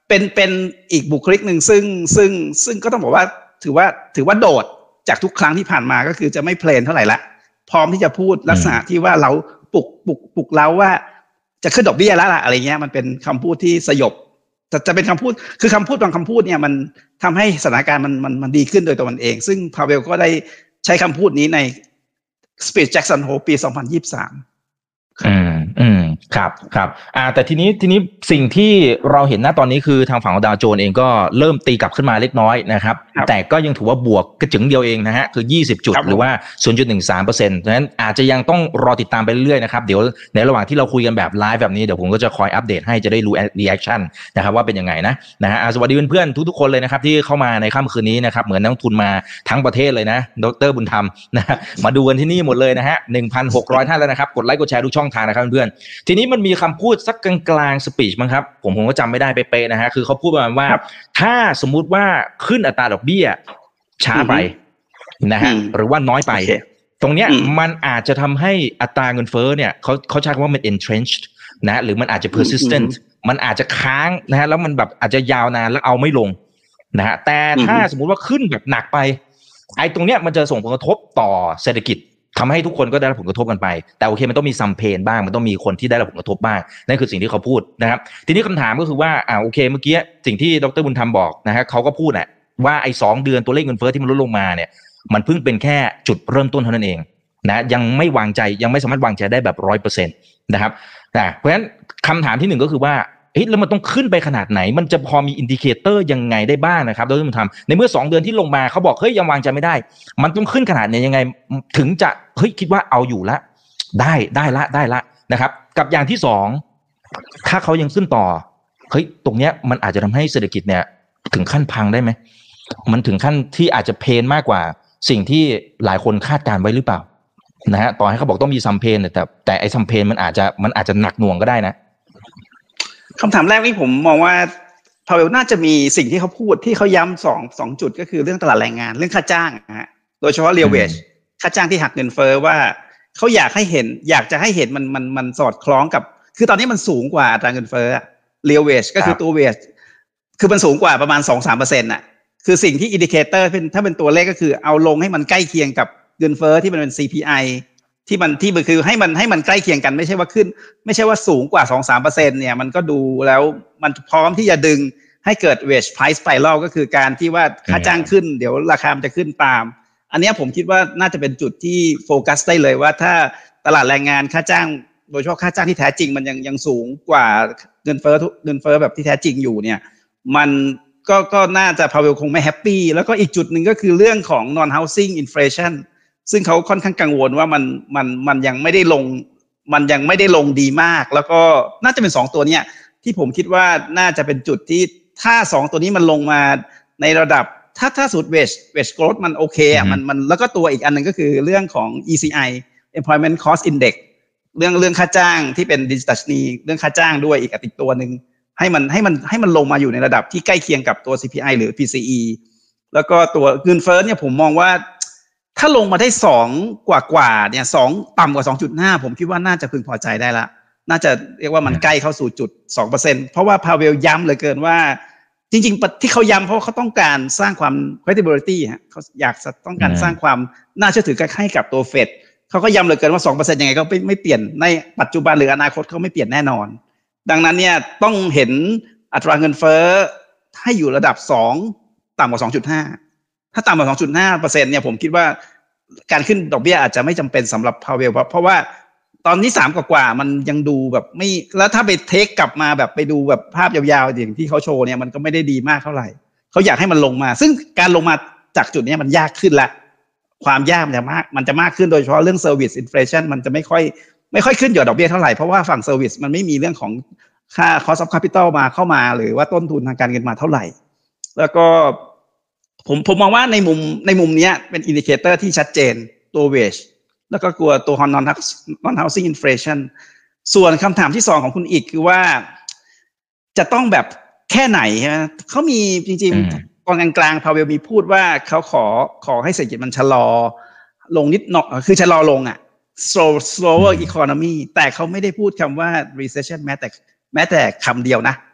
เป็นเป็นอีกบุคลิกหนึ่งซึ่งซึ่งซึ่งก็ต้องบอกว่าถือว่าถือว่าโดดจากทุกครั้งที่ผ่านมาก็คือจะไม่เพลนเท่าไหร่ละพร้อมที่จะพูดลักษณะที่ว่าเราปลุกปลุกปลุกเราว่าจะขึ้นดอกเบี้ยแล้วล่ะอะไรเงี้ยมันเป็นคำพูดที่สยบจะจะเป็นคำพูดคือคำพูดบางคำพูดเนี่ยมันทำให้สถานการณ์มันมันมันดีขึ้นโดยตัวมันเองซึ่งพาเวลก็ได้ใช้คำพูดนี้ใน Speech Jackson Hole ปีสองพันยี่สิบสามอืมอืมครับครับอ่าแต่ทีนี้ทีนี้สิ่งที่เราเห็นณตอนนี้คือทางฝั่งของดาวโจนส์เองก็เริ่มตีกลับขึ้นมาเล็กน้อยนะครับแต่ก็ยังถือว่าบวกกระจึงเดียวเองนะฮะคือยี่สิบจุดหรือว่า ศูนย์จุดหนึ่งสามเปอร์เซ็นต์ เพราะฉะนั้นอาจจะยังต้องรอติดตามไปเรื่อยๆนะครับเดี๋ยวในระหว่างที่เราคุยกันแบบไลฟ์แบบนี้เดี๋ยวผมก็จะคอยอัปเดตให้จะได้รู้ reaction นะครับว่าเป็นยังไงนะนะฮะสวัสดีเพื่อนๆทุกๆคนเลยนะครับที่เข้ามาในค่ำคืนนี้นะครับเหมือนนักลงทุนมาทั้งประเทศเลยนะดร.บุญธรรมนะมาดูกันที่นี่หมดเลยนะฮะ หนึ่งพันหกร้อย ท่านแล้วนะครับกดไลค์กดแชร์ทุกช่องทางนะครับเพื่อนทีนี้มันมีคำพูดสักกลางๆสปีชมั้งครับผมผมก็จำไม่ได้เป๊ะๆนะฮะคือเขาพูดประมาณว่าถ้าสมมุติว่าขึ้นอัตราดอกเบี้ยช้าไปนะฮะหรือว่าน้อยไป okay. ตรงเนี้ยมันอาจจะทำให้อัตราเงินเฟ้อเนี่ยเขาเขาใช้คำว่ามัน entrenched นะหรือมันอาจจะ persistent มันอาจจะค้างนะฮะแล้วมันแบบอาจจะยาวนานแล้วเอาไม่ลงนะฮะแต่ถ้าสมมุติว่าขึ้นแบบหนักไปไอ้ตรงเนี้ยมันจะส่งผลกระทบต่อเศรษฐกิจทำให้ทุกคนก็ได้รับผลกระทบกันไปแต่โอเคมันต้องมีซัมเพนบ้างมันต้องมีคนที่ได้รับผลกระทบบ้างนั่นคือสิ่งที่เขาพูดนะครับทีนี้คำถามก็คือว่าอ่าโอเคเมื่อกี้สิ่งที่ดร.บุญธรรมบอกนะฮะเขาก็พูดแหละว่าไอ้สองเดือนตัวเลขเงินเฟ้อที่มันลดลงมาเนี่ยมันเพิ่งเป็นแค่จุดเริ่มต้นเท่านั้นเองนะยังไม่วางใจยังไม่สามารถวางใจได้แบบ ร้อยเปอร์เซ็นต์ นะครับนะเพราะฉะนั้นคำถามที่หนึ่งก็คือว่าเฮ้ยแล้วมันต้องขึ้นไปขนาดไหนมันจะพอมีอินดิเคเตอร์ยังไงได้บ้างนะครับดร.บุญธรรมในเมื่อสองเดือนที่ลงมาเขาบอกเฮ้ยยังวางใจไม่ได้มันต้องขึ้นขนาดไหนยังไงถึงจะเฮ้ยคิดว่าเอาอยู่ละได้ได้ละได้ละนะครับกับอย่างที่สองถ้าเขายังขึ้นต่อเฮ้ยตรงเนี้ยมันอาจจะทำให้เศรษฐกิจเนี่ยถึงขั้นพังได้ไหมมันถึงขั้นที่อาจจะเพนมากกว่าสิ่งที่หลายคนคาดการไว้หรือเปล่านะฮะต่อให้เขาบอกต้องมีซัมเพนแต่แต่ไอ้ซัมเพนมันอาจจะมันอาจจะหนักหน่วงก็ได้นะคำถามแรกนี่ผมมองว่าพาเวลน่าจะมีสิ่งที่เขาพูดที่เขาย้ำสองสองจุดก็คือเรื่องตลาดแรงงานเรื่องค่าจ้างนะฮะโดยเฉพาะ real wage ค่าจ้างที่หักเงินเฟ้อว่าเขาอยากให้เห็นอยากจะให้เห็นมันมันมันสอดคล้องกับคือตอนนี้มันสูงกว่าอัตราเงินเฟ้อ real wage ก็คือตัว wage คือมันสูงกว่าประมาณ สองถึงสามเปอร์เซ็นต์ น่ะคือสิ่งที่อินดิเคเตอร์เป็นถ้าเป็นตัวเลขก็คือเอาลงให้มันใกล้เคียงกับเงินเฟ้อที่มันเป็น ซี พี ไอ ที่มันที่มันคือให้มันให้มันใกล้เคียงกันไม่ใช่ว่าขึ้นไม่ใช่ว่าสูงกว่า สองถึงสามเปอร์เซ็นต์ เนี่ยมันก็ดูแล้วมันพร้อมที่จะดึงให้เกิด wage price spiral ก็คือการที่ว่าค่าจ้างขึ้นเดี๋ยวราคามันจะขึ้นตามอันนี้ผมคิดว่าน่าจะเป็นจุดที่โฟกัสได้เลยว่าถ้าตลาดแรงงานค่าจ้างโดยเฉพาะค่าจ้างที่แท้จริงมันยังยังสูงกว่าเงินเฟ้อเงินเฟ้อแบบที่แท้จริงอยู่เนี่ยมันก็ก็น่าจะพาเวลคงไม่แฮปปี้แล้วก็อีกจุดหนึ่งก็คือเรื่องของ non housing inflation ซึ่งเขาค่อนข้างกังวลว่ามันมันมันยังไม่ได้ลงมันยังไม่ได้ลงดีมากแล้วก็น่าจะเป็นสองตัวเนี้ยที่ผมคิดว่าน่าจะเป็นจุดที่ถ้าสองตัวนี้มันลงมาในระดับถ้าถ้าสูตร wage wage growth มันโอเคอ่ะมันมันแล้วก็ตัวอีกอันนึงก็คือเรื่องของ อี ซี ไอ employment cost index เรื่องเรื่องค่าจ้างที่เป็นดิจิทัลนีเรื่องค่าจ้างด้วยอีกอีกตัวนึงให้มันให้มันให้มันลงมาอยู่ในระดับที่ใกล้เคียงกับตัว ซี พี ไอ หรือ พี ซี อี แล้วก็ตัวเงินเฟ้อเนี่ยผมมองว่าถ้าลงมาได้สองกว่าๆเนี่ยสองต่ำกว่า สองจุดห้า ผมคิดว่าน่าจะพึงพอใจได้ละน่าจะเรียกว่ามันใกล้เข้าสู่จุด สองเปอร์เซ็นต์ เพราะว่าพาเวลย้ำเหลือเกินว่าจริงๆที่เขาย้ำเพราะเขาต้องการสร้างความ credibility ฮะเขาอยากต้องการสร้างความน่าเชื่อถือให้กับตัวเฟดเขาก็ย้ำเหลือเกินว่า สองเปอร์เซ็นต์ ยังไงก็ไม่ไม่เปลี่ยนในปัจจุบันหรืออนาคตเขาไม่เปลี่ยนแน่นอนดังนั้นเนี่ยต้องเห็นอัตราเงินเฟ้อให้อยู่ระดับสองต่ำกว่า สองจุดห้า ถ้าต่ำกว่า สองจุดห้าเปอร์เซ็นต์ เนี่ยผมคิดว่าการขึ้นดอกเบี้ยอาจจะไม่จำเป็นสำหรับพาเวลเพราะว่าตอนนี้สามกว่าๆมันยังดูแบบไม่แล้วถ้าไปเทคกลับมาแบบไปดูแบบภาพยาวๆอย่างที่เขาโชว์เนี่ยมันก็ไม่ได้ดีมากเท่าไหร่เขาอยากให้มันลงมาซึ่งการลงมาจากจุดนี้มันยากขึ้นละความยากมันจะมากมันจะมากขึ้นโดยเฉพาะเรื่อง service inflation มันจะไม่ค่อยไม่ค่อยขึ้นอยู่ดอกเบี้ยเท่าไหร่เพราะว่าฝั่ง service มันไม่มีเรื่องของค่า cost of capital มาเข้ามาหรือว่าต้นทุนทางการเงินมาเท่าไหร่แล้วก็ผมผมมองว่าในมุมในมุมนี้เป็นอินดิเคเตอร์ที่ชัดเจนตัว wage แล้วก็กลัวตัว non housing inflation ส่วนคำถามที่สองของคุณอีกคือว่าจะต้องแบบแค่ไหนฮะเขามีจริงๆตอนกลางๆพาเวลมีพูดว่าเขาขอขอให้เศรษฐกิจมันชะลอลงนิดหน่อยคือชะลอลงอ่ะ slow slower economy แต่เขาไม่ได้พูดคำว่า recession แม้แต่แม้แต่คำเดียวนะ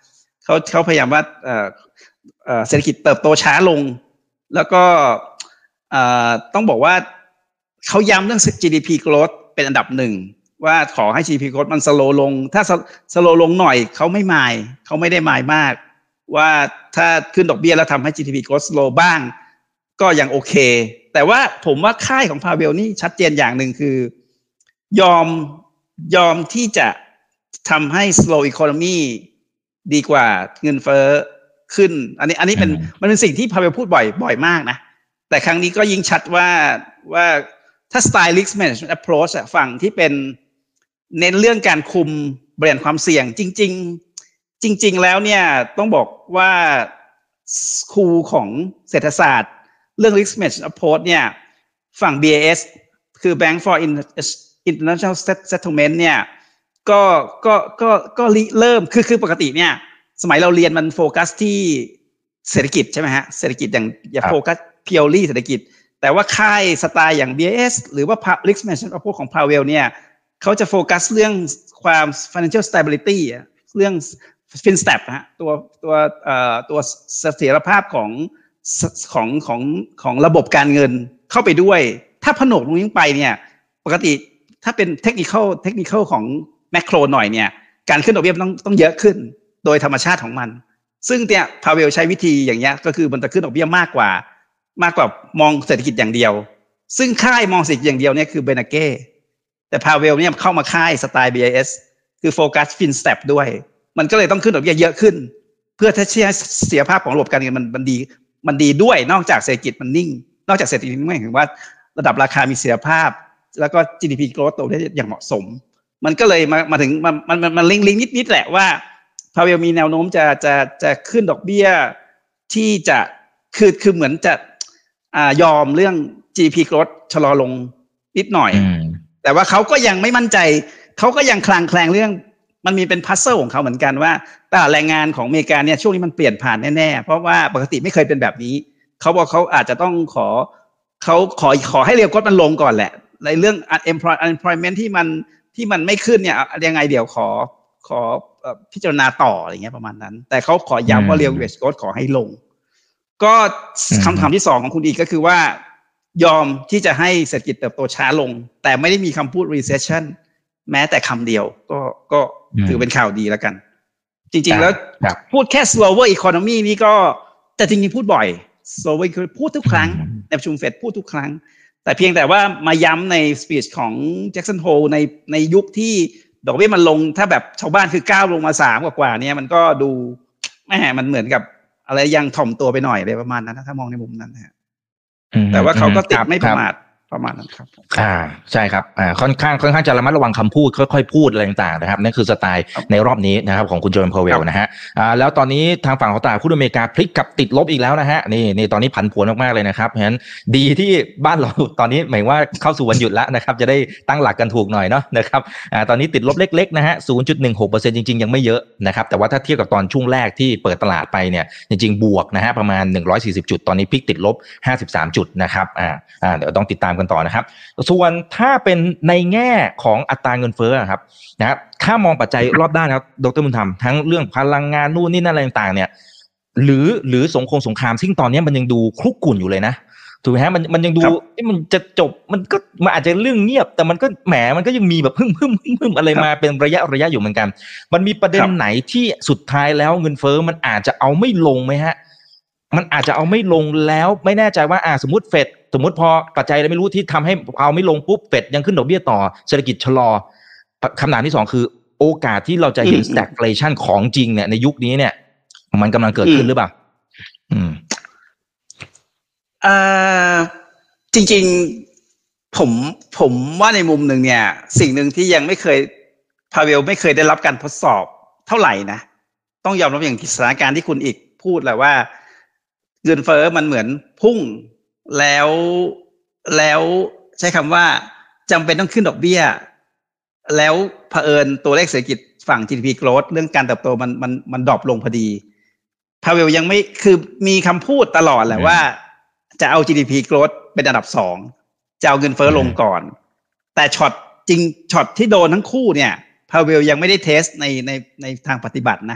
เขาเขาพยายามว่าเอ่อเอ่อเศรษฐกิจเติบโตช้าลงแล้วก็เอ่อต้องบอกว่าเขาย้ำเรื่อง จี ดี พี growth เป็นอันดับหนึ่งว่าขอให้ จี ดี พี growth มันสโลว์ลงถ้าสโลว์ลงหน่อยเขาไม่มายเขาไม่ได้มายมากว่าถ้าขึ้นดอกเบี้ยแล้วทำให้ จี ดี พี growth slow บ้างก็ยังโอเคแต่ว่าผมว่าค่ายของพาเวลนี่ชัดเจนอย่างหนึ่งคือยอมยอมที่จะทำให้ slow economy ดีกว่าเงินเฟ้อขึ้นอันนี้อันนี้เป็นมันเป็นสิ่งที่พาเวลพูดบ่อยบ่อยมากนะแต่ครั้งนี้ก็ยิ่งชัดว่าว่าถ้า style risk management approach อะฝั่งที่เป็นเน้นเรื่องการคุมบริหารความเสี่ยงจริงๆจริงๆแล้วเนี่ยต้องบอกว่าครูของเศรษฐศาสตร์เรื่อง risk management approach เนี่ยฝั่ง บี เอ เอส คือ Bank for International Settlement เนี่ยก็ก็ก็ก็เริ่มคือคือปกติเนี่ยสมัยเราเรียนมันโฟกัสที่เศรษฐกิจใช่ไหมฮะเศรษฐกิจอย่างอย่าโฟกัส purely เศรษฐกิจแต่ว่าค่ายสไตล์อย่าง บี เอ เอส หรือว่า risk management approach ของ Powell เนี่ยเขาจะโฟกัสเรื่องความ financial stability เรื่อง FinStep ฮะตัวตัวเอ่อตัวเสถียรภาพของของของของระบบการเงินเข้าไปด้วยถ้าผนวกตรงนี้ไปเนี่ยปกติถ้าเป็น technical technical ของแมคโครหน่อยเนี่ยการขึ้นดอกเบี้ยต้องต้องเยอะขึ้นโดยธรรมชาติของมันซึ่งเนี่ยพาเวลใช้วิธีอย่างเงี้ยก็คือมันจะขึ้นดอกเบี้ยมากกว่ามากกว่ามองเศรษฐกิจอย่างเดียวซึ่งค่ายมองเศรษฐกิจอย่างเดียวเนี่ยคือเบนาเก้แต่พาเวลเนี่ยเข้ามาค่ายสไตล์ บี เอ เอส คือโฟกัส FinStep ด้วยมันก็เลยต้องขึ้นดอกเบี้ยเยอะขึ้นเพื่อที่จะให้เสียภาพของระบบการเงินมันมันดีมันดีด้วยนอกจากเศรษฐกิจมันนิ่งนอกจากเศรษฐกิจไม่ถึงว่าระดับราคามีเสถียรภาพแล้วก็ จี ดี พี growth โตได้อย่างเหมาะสมมันก็เลยมามาถึงมันมันมันลิงก์ลิงก์นิดๆแหละว่าพาเวลมีแนวโน้มจะจะจะขึ้นดอกเบี้ยที่จะคือคือเหมือนจะอ่ายอมเรื่อง จี ดี พี growth ชะลอลงนิดหน่อยแต่ว่าเขาก็ยังไม่มั่นใจเขาก็ยังคลางแคลงเรื่องมันมีเป็นพัซเซิลของเขาเหมือนกันว่าตลาดแรงงานของอเมริกาเนี่ยช่วงนี้มันเปลี่ยนผ่านแน่ๆเพราะว่าปกติไม่เคยเป็นแบบนี้เขาบอกเขาอาจจะต้องขอเขาขอขอให้เรียลโกรทมันลงก่อนแหละในเรื่อง unemployment ที่มันที่มันไม่ขึ้นเนี่ยยังไงเดี๋ยวขอขอพิจารณาต่ออะไรเงี้ยประมาณนั้นแต่เขาขอย้ำว่า real wage growth ขอให้ลงก็คำถามที่สองของคุณอีกก็คือว่ายอมที่จะให้เศรษฐกิจเติบโตช้าลงแต่ไม่ได้มีคำพูด recession แม้แต่คำเดียวก็ก็ถือเป็นข่าวดีแล้วกันจริงๆแล้วพูดแค่ slower economy นี่ก็แต่จริงๆพูดบ่อย slower economy พูดทุกครั้งในประชุมเฟดพูดทุกครั้งแต่เพียงแต่ว่ามาย้ำในสปีชของแจ็คสันโฮลในในยุคที่ดอกเบี้ยมันลงถ้าแบบชาวบ้านคือก้าวลงมาสามกว่าๆเนี่ยมันก็ดูแหมมันเหมือนกับอะไรยังถ่อมตัวไปหน่อยอะไรประมาณนั้นถ้ามองในมุมนั้นนะฮะแต่ว่าเขาก็ติดไม่ประมาทประมาณนั้นครับอ่าใช่ครับอ่าค่อนข้างค่อนข้างจะระมัดระวังคำพูดค่อยๆพูดอะไรต่างๆนะครับนั่นคือสไตล์ในรอบนี้นะครับของคุณโจนพาวเวลนะฮะอ่าแล้วตอนนี้ทางฝั่งของตลาดหุ้นอเมริกาพลิกกลับติดลบอีกแล้วนะฮะนี่นี่ตอนนี้ผันผวนมากๆเลยนะครับเพราะฉะนั้นดีที่บ้านเราตอนนี้หมายว่าเข้าสู่วันหยุดแล้วนะครับจะได้ตั้งหลักกันถูกหน่อยเนาะนะครับอ่าตอนนี้ติดลบเล็กๆนะฮะ ศูนย์จุดหนึ่งหกเปอร์เซ็นต์ จริงๆยังไม่เยอะนะครับแต่ว่าถ้าเทียบกับตอนช่วงแรกที่เปิดตลาดไปเนี่ยจริงๆบวกนะฮะประมาณหนึ่งร้อยสี่สิบจุดตอนนี้พลิกติดลบห้าสิบสามจุดนะครับอ่าอ่าเดี๋ยวต้องติดตามกันต่อนะครับส่วนถ้าเป็นในแง่ของอัตราเงินเฟ้อครับนะครับถ้ามองปัจจัยรอบด้านครับดร.บุญธรรมทั้งเรื่องพลังงานนู่นนี่นั่นอะไรต่างๆเนี่ยหรือหรือสงครามสงครามซึ่งตอนนี้มันยังดูคลุกกลุ่นอยู่เลยนะถูกไหมฮะมันมันยังดูที่มันจะจบมันก็มันอาจจะเรื่องเงียบแต่มันก็แหมมันก็ยังมีแบบพึ่มพึ่มพึ่มอะไรมาเป็นระยะระยะอยู่เหมือนกันมันมีประเด็นไหนที่สุดท้ายแล้วเงินเฟ้อมันอาจจะเอาไม่ลงไหมฮะมันอาจจะเอาไม่ลงแล้วไม่แน่ใจว่าอ่าสมมุติเฟดสมมุติพอปัจจัยอะไรไม่รู้ที่ทำให้เอาไม่ลงปุ๊บเฟดยังขึ้นดอกเบี้ยต่อเศรษฐกิจชะลอคำถามที่สองคือโอกาสที่เราจะเห็น stagflation ของจริงเนี่ยในยุคนี้เนี่ยมันกำลังเกิดขึ้นหรือเปล่าอืมอ่าจริงๆผมผมว่าในมุมหนึ่งเนี่ยสิ่งหนึ่งที่ยังไม่เคยพาเวลไม่เคยได้รับการทดสอบเท่าไหร่นะต้องยอมรับอย่างสถานการณ์ที่คุณอีกพูดแหละว่าเงินเฟ้อมันเหมือนพุ่งแล้วแล้วใช้คำว่าจำเป็นต้องขึ้นดอกเบี้ยแล้วเผอิญตัวเลขเศรษฐกิจฝั่ง จี ดี พี growth เรื่องการเติบโตมันมันมันดรอปลงพอดีพาเวลยังไม่คือมีคำพูดตลอดแหละว่าจะเอา จี ดี พี growth เป็นอันดับสองจะเอาเงินเฟ้อลงก่อนแต่ช็อตจริงช็อตที่โดนทั้งคู่เนี่ยพาเวลยังไม่ได้เทสในในในทางปฏิบัตินะ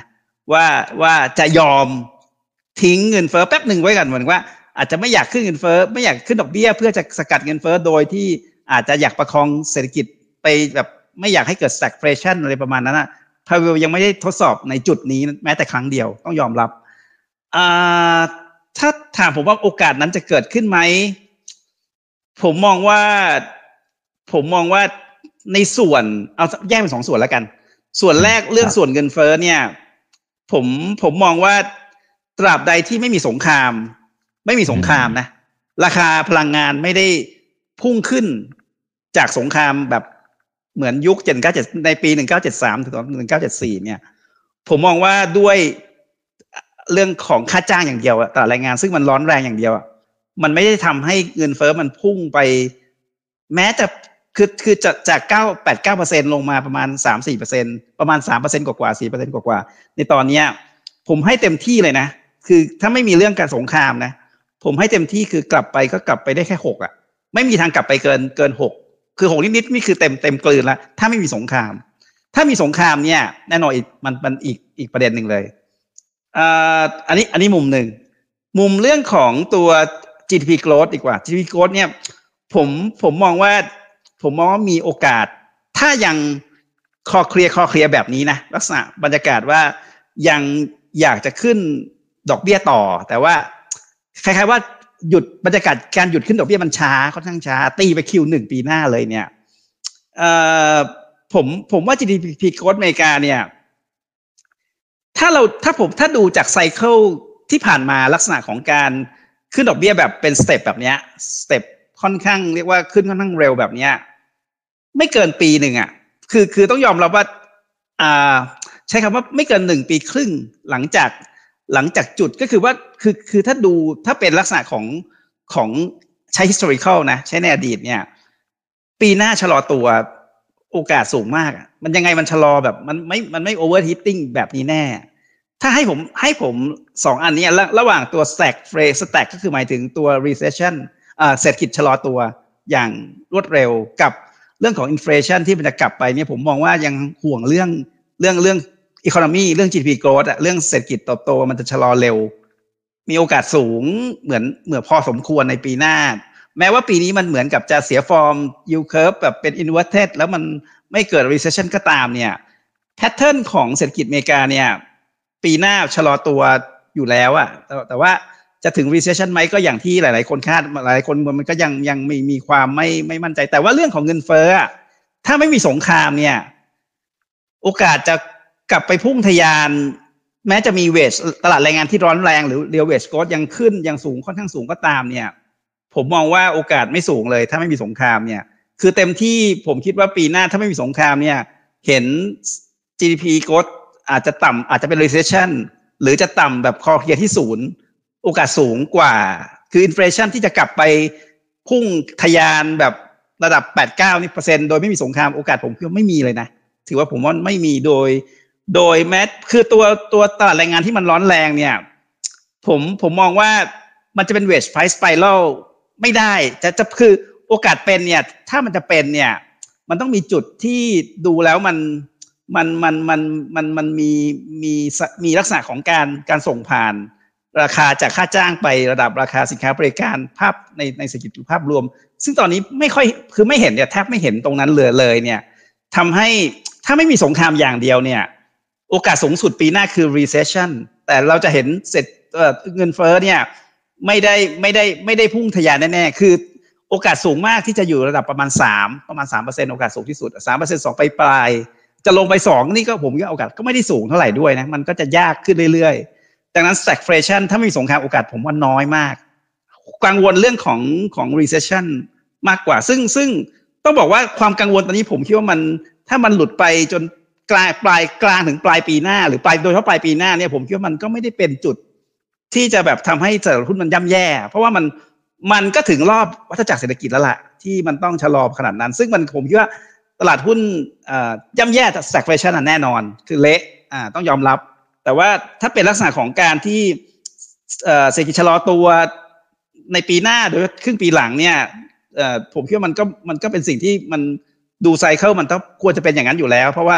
ว่าว่าจะยอมทิ้งเงินเฟ้อแป๊บหนึ่งไว้ก่อนเหมือนว่าอาจจะไม่อยากขึ้นเงินเฟ้อไม่อยากขึ้นดอกเบี้ยเพื่อจะสกัดเงินเฟ้อโดยที่อาจจะอยากประคองเศรษฐกิจไปแบบไม่อยากให้เกิด stagflation อะไรประมาณนั้นนะพาเวลยังไม่ได้ทดสอบในจุดนี้แม้แต่ครั้งเดียวต้องยอมรับอ่าถ้าถามผมว่าโอกาสนั้นจะเกิดขึ้นไหมผมมองว่าผมมองว่าในส่วนเอาแยกเป็นสองส่วนแล้วกันส่วนแรกเรื่องส่วนเงินเฟ้อเนี่ยผมผมมองว่าตราบใดที่ไม่มีสงครามไม่มีสงครามนะราคาพลังงานไม่ได้พุ่งขึ้นจากสงครามแบบเหมือนยุคเจ็ดเก้าเจ็ดในปีหนึ่งเก้าเจ็ดสามถึงหนึ่งเก้าเจ็ดสี่เนี่ยผมมองว่าด้วยเรื่องของค่าจ้างอย่างเดียวตลาดแรงงานซึ่งมันร้อนแรงอย่างเดียวมันไม่ได้ทำให้เงินเฟ้อมันพุ่งไปแม้จะคือคือจะจากเก้า แปด เก้าเปอร์เซ็นต์ ลงมาประมาณ สาม สี่เปอร์เซ็นต์ ประมาณ สามเปอร์เซ็นต์ กว่าๆ สี่เปอร์เซ็นต์ กว่าๆในตอนนี้ผมให้เต็มที่เลยนะคือถ้าไม่มีเรื่องการสงครามนะผมให้เต็มที่คือกลับไปก็กลับไปได้แค่หกอ่ะไม่มีทางกลับไปเกินเกินหกคือหกนิดๆนี่คือเต็มเต็มกลืนแล้วถ้าไม่มีสงครามถ้ามีสงครามเนี่ยแน่นอนอีกมันมันอีกอีกประเด็นหนึ่งเลยอ่าอันนี้อันนี้มุมหนึ่งมุมเรื่องของตัว จี ดี พี growth ดีกว่า จี ดี พี growth เนี่ยผมผมมองว่าผมมองว่ามีโอกาสถ้ายังคอเคลียร์คอเคลียร์แบบนี้นะลักษณะบรรยากาศว่ายังอยากจะขึ้นดอกเบี้ยต่อแต่ว่าคล้ายๆว่าหยุดบรรยากาศการหยุดขึ้นดอกเบี้ยมันช้าค่อนข้างช้าตีไป คิว หนึ่ง ปีหน้าเลยเนี่ยเอ่อผมผมว่า จี ดี พี growth อเมริกาเนี่ยถ้าเราถ้าผมถ้าดูจากไซเคิลที่ผ่านมาลักษณะของการขึ้นดอกเบี้ยแบบเป็นสเต็ปแบบเนี้ยสเต็ปค่อนข้างเรียกว่าขึ้นค่อนข้างเร็วแบบเนี้ยไม่เกินปีหนึ่งอ่ะคือคือต้องยอมรับว่าอ่าใช้คำว่าไม่เกินหนึ่งปีครึ่งหลังจากหลังจากจุดก็คือว่าคือคือถ้าดูถ้าเป็นลักษณะของของใช้ historical นะใช้ในอดีตเนี่ยปีหน้าชะลอตัวโอกาสสูงมากมันยังไงมันชะลอแบบมันไม่มันไม่ overheating แบบนี้แน่ถ้าให้ผมให้ผมสองอันนี้ระหว่างตัว stack phrase stack ก็คือหมายถึงตัว recession อ่าเศรษฐกิจชะลอตัวอย่างรวดเร็วกับเรื่องของ inflation ที่มันจะกลับไปเนี่ยผมมองว่ายังห่วงเรื่องเรื่องเรื่อง economy เรื่อง จี ดี พี growth อะเรื่องเศรษฐกิจเติบโตมันจะชะลอเร็วมีโอกาสสูงเหมือนเหมือนพอสมควรในปีหน้าแม้ว่าปีนี้มันเหมือนกับจะเสียฟอร์ม yield curve แบบเป็น inverted แล้วมันไม่เกิด recession ก็ตามเนี่ย pattern ของเศรษฐกิจอเมริกาเนี่ยปีหน้าชะลอตัวอยู่แล้วอะแต่แต่ว่าจะถึง recession ไหมก็อย่างที่หลายๆคนคาดหลายๆคนมันก็ยังยังมีมีความไม่ไม่มั่นใจแต่ว่าเรื่องของเงินเฟ้อถ้าไม่มีสงครามเนี่ยโอกาสจะกลับไปพุ่งทะยานแม้จะมีเวจตลาดแรงงานที่ร้อนแรงหรือ real wage growth ยังขึ้นยังสูงค่อนข้างสูงก็ตามเนี่ยผมมองว่าโอกาสไม่สูงเลยถ้าไม่มีสงครามเนี่ยคือเต็มที่ผมคิดว่าปีหน้าถ้าไม่มีสงครามเนี่ยเห็น จี ดี พี growth อาจจะต่ำอาจจะเป็น recession หรือจะต่ำแบบคอเคลียร์ที่ศูนย์โอกาสสูงกว่าคือ inflation ที่จะกลับไปพุ่งทะยานแบบระดับ แปด เก้า นี่เปอร์เซ็นต์โดยไม่มีสงครามโอกาสผมคิดว่าไม่มีเลยนะถือว่าผมว่าไม่มีโดยโดยแม้คือตัวตัวตลาดแรงงานที่มันร้อนแรงเนี่ยผมผมมองว่ามันจะเป็น wage price spiral ไม่ได้จะจะคือโอกาสเป็นเนี่ยถ้ามันจะเป็นเนี่ยมันต้องมีจุดที่ดูแล้วมันมันมันมันมันมันมีมีมีลักษณะของการการส่งผ่านราคาจากค่าจ้างไประดับราคาสินค้าบริการภาพในในเศรษฐกิจภาพรวมซึ่งตอนนี้ไม่ค่อยคือไม่เห็นเนี่ยแทบไม่เห็นตรงนั้นเลยเลยเนี่ยทำให้ถ้าไม่มีสงครามอย่างเดียวเนี่ยโอกาสสูงสุดปีหน้าคือ recession แต่เราจะเห็นเสร็จเงินเฟ้อเนี่ยไม่ได้ไม่ได้ไม่ได้พุ่งทะยานแน่ๆคือโอกาสสูงมากที่จะอยู่ระดับประมาณสามประมาณ สามเปอร์เซ็นต์ โอกาสสูงที่สุด สามเปอร์เซ็นต์ สองปลายๆจะลงไปสองนี่ก็ผมว่าโอกาสก็ไม่ได้สูงเท่าไหร่ด้วยนะมันก็จะยากขึ้นเรื่อยๆดังนั้น stagflation ถ้าไม่มีสงครามโอกาสผมว่าน้อยมากกังวลเรื่องของของ recession มากกว่าซึ่งซึ่งต้องบอกว่าความกังวลตอนนี้ผมคิดว่ามันถ้ามันหลุดไปจนกลายปลายกลางถึงปลายปีหน้าหรือปลายโดยเฉพาะปลายปีหน้าเนี่ยผมคิดว่ามันก็ไม่ได้เป็นจุดที่จะแบบทำให้ตลาดหุ้นมันย่ำแย่เพราะว่ามันมันก็ถึงรอบวัฏจักรเศรษฐกิจแล้วล่ะที่มันต้องชะลอขนาดนั้นซึ่งมันผมคิดว่าตลาดหุ้นย่ำแย่จาก stagflation แน่นอนคือเละต้องยอมรับแต่ว่าถ้าเป็นลักษณะของการที่เศรษฐกิจชะลอตัวในปีหน้าโดยครึ่งปีหลังเนี่ยผมคิดว่ามันก็มันก็เป็นสิ่งที่มันดูไซเคิลมันต้องควรจะเป็นอย่างนั้นอยู่แล้วเพราะว่า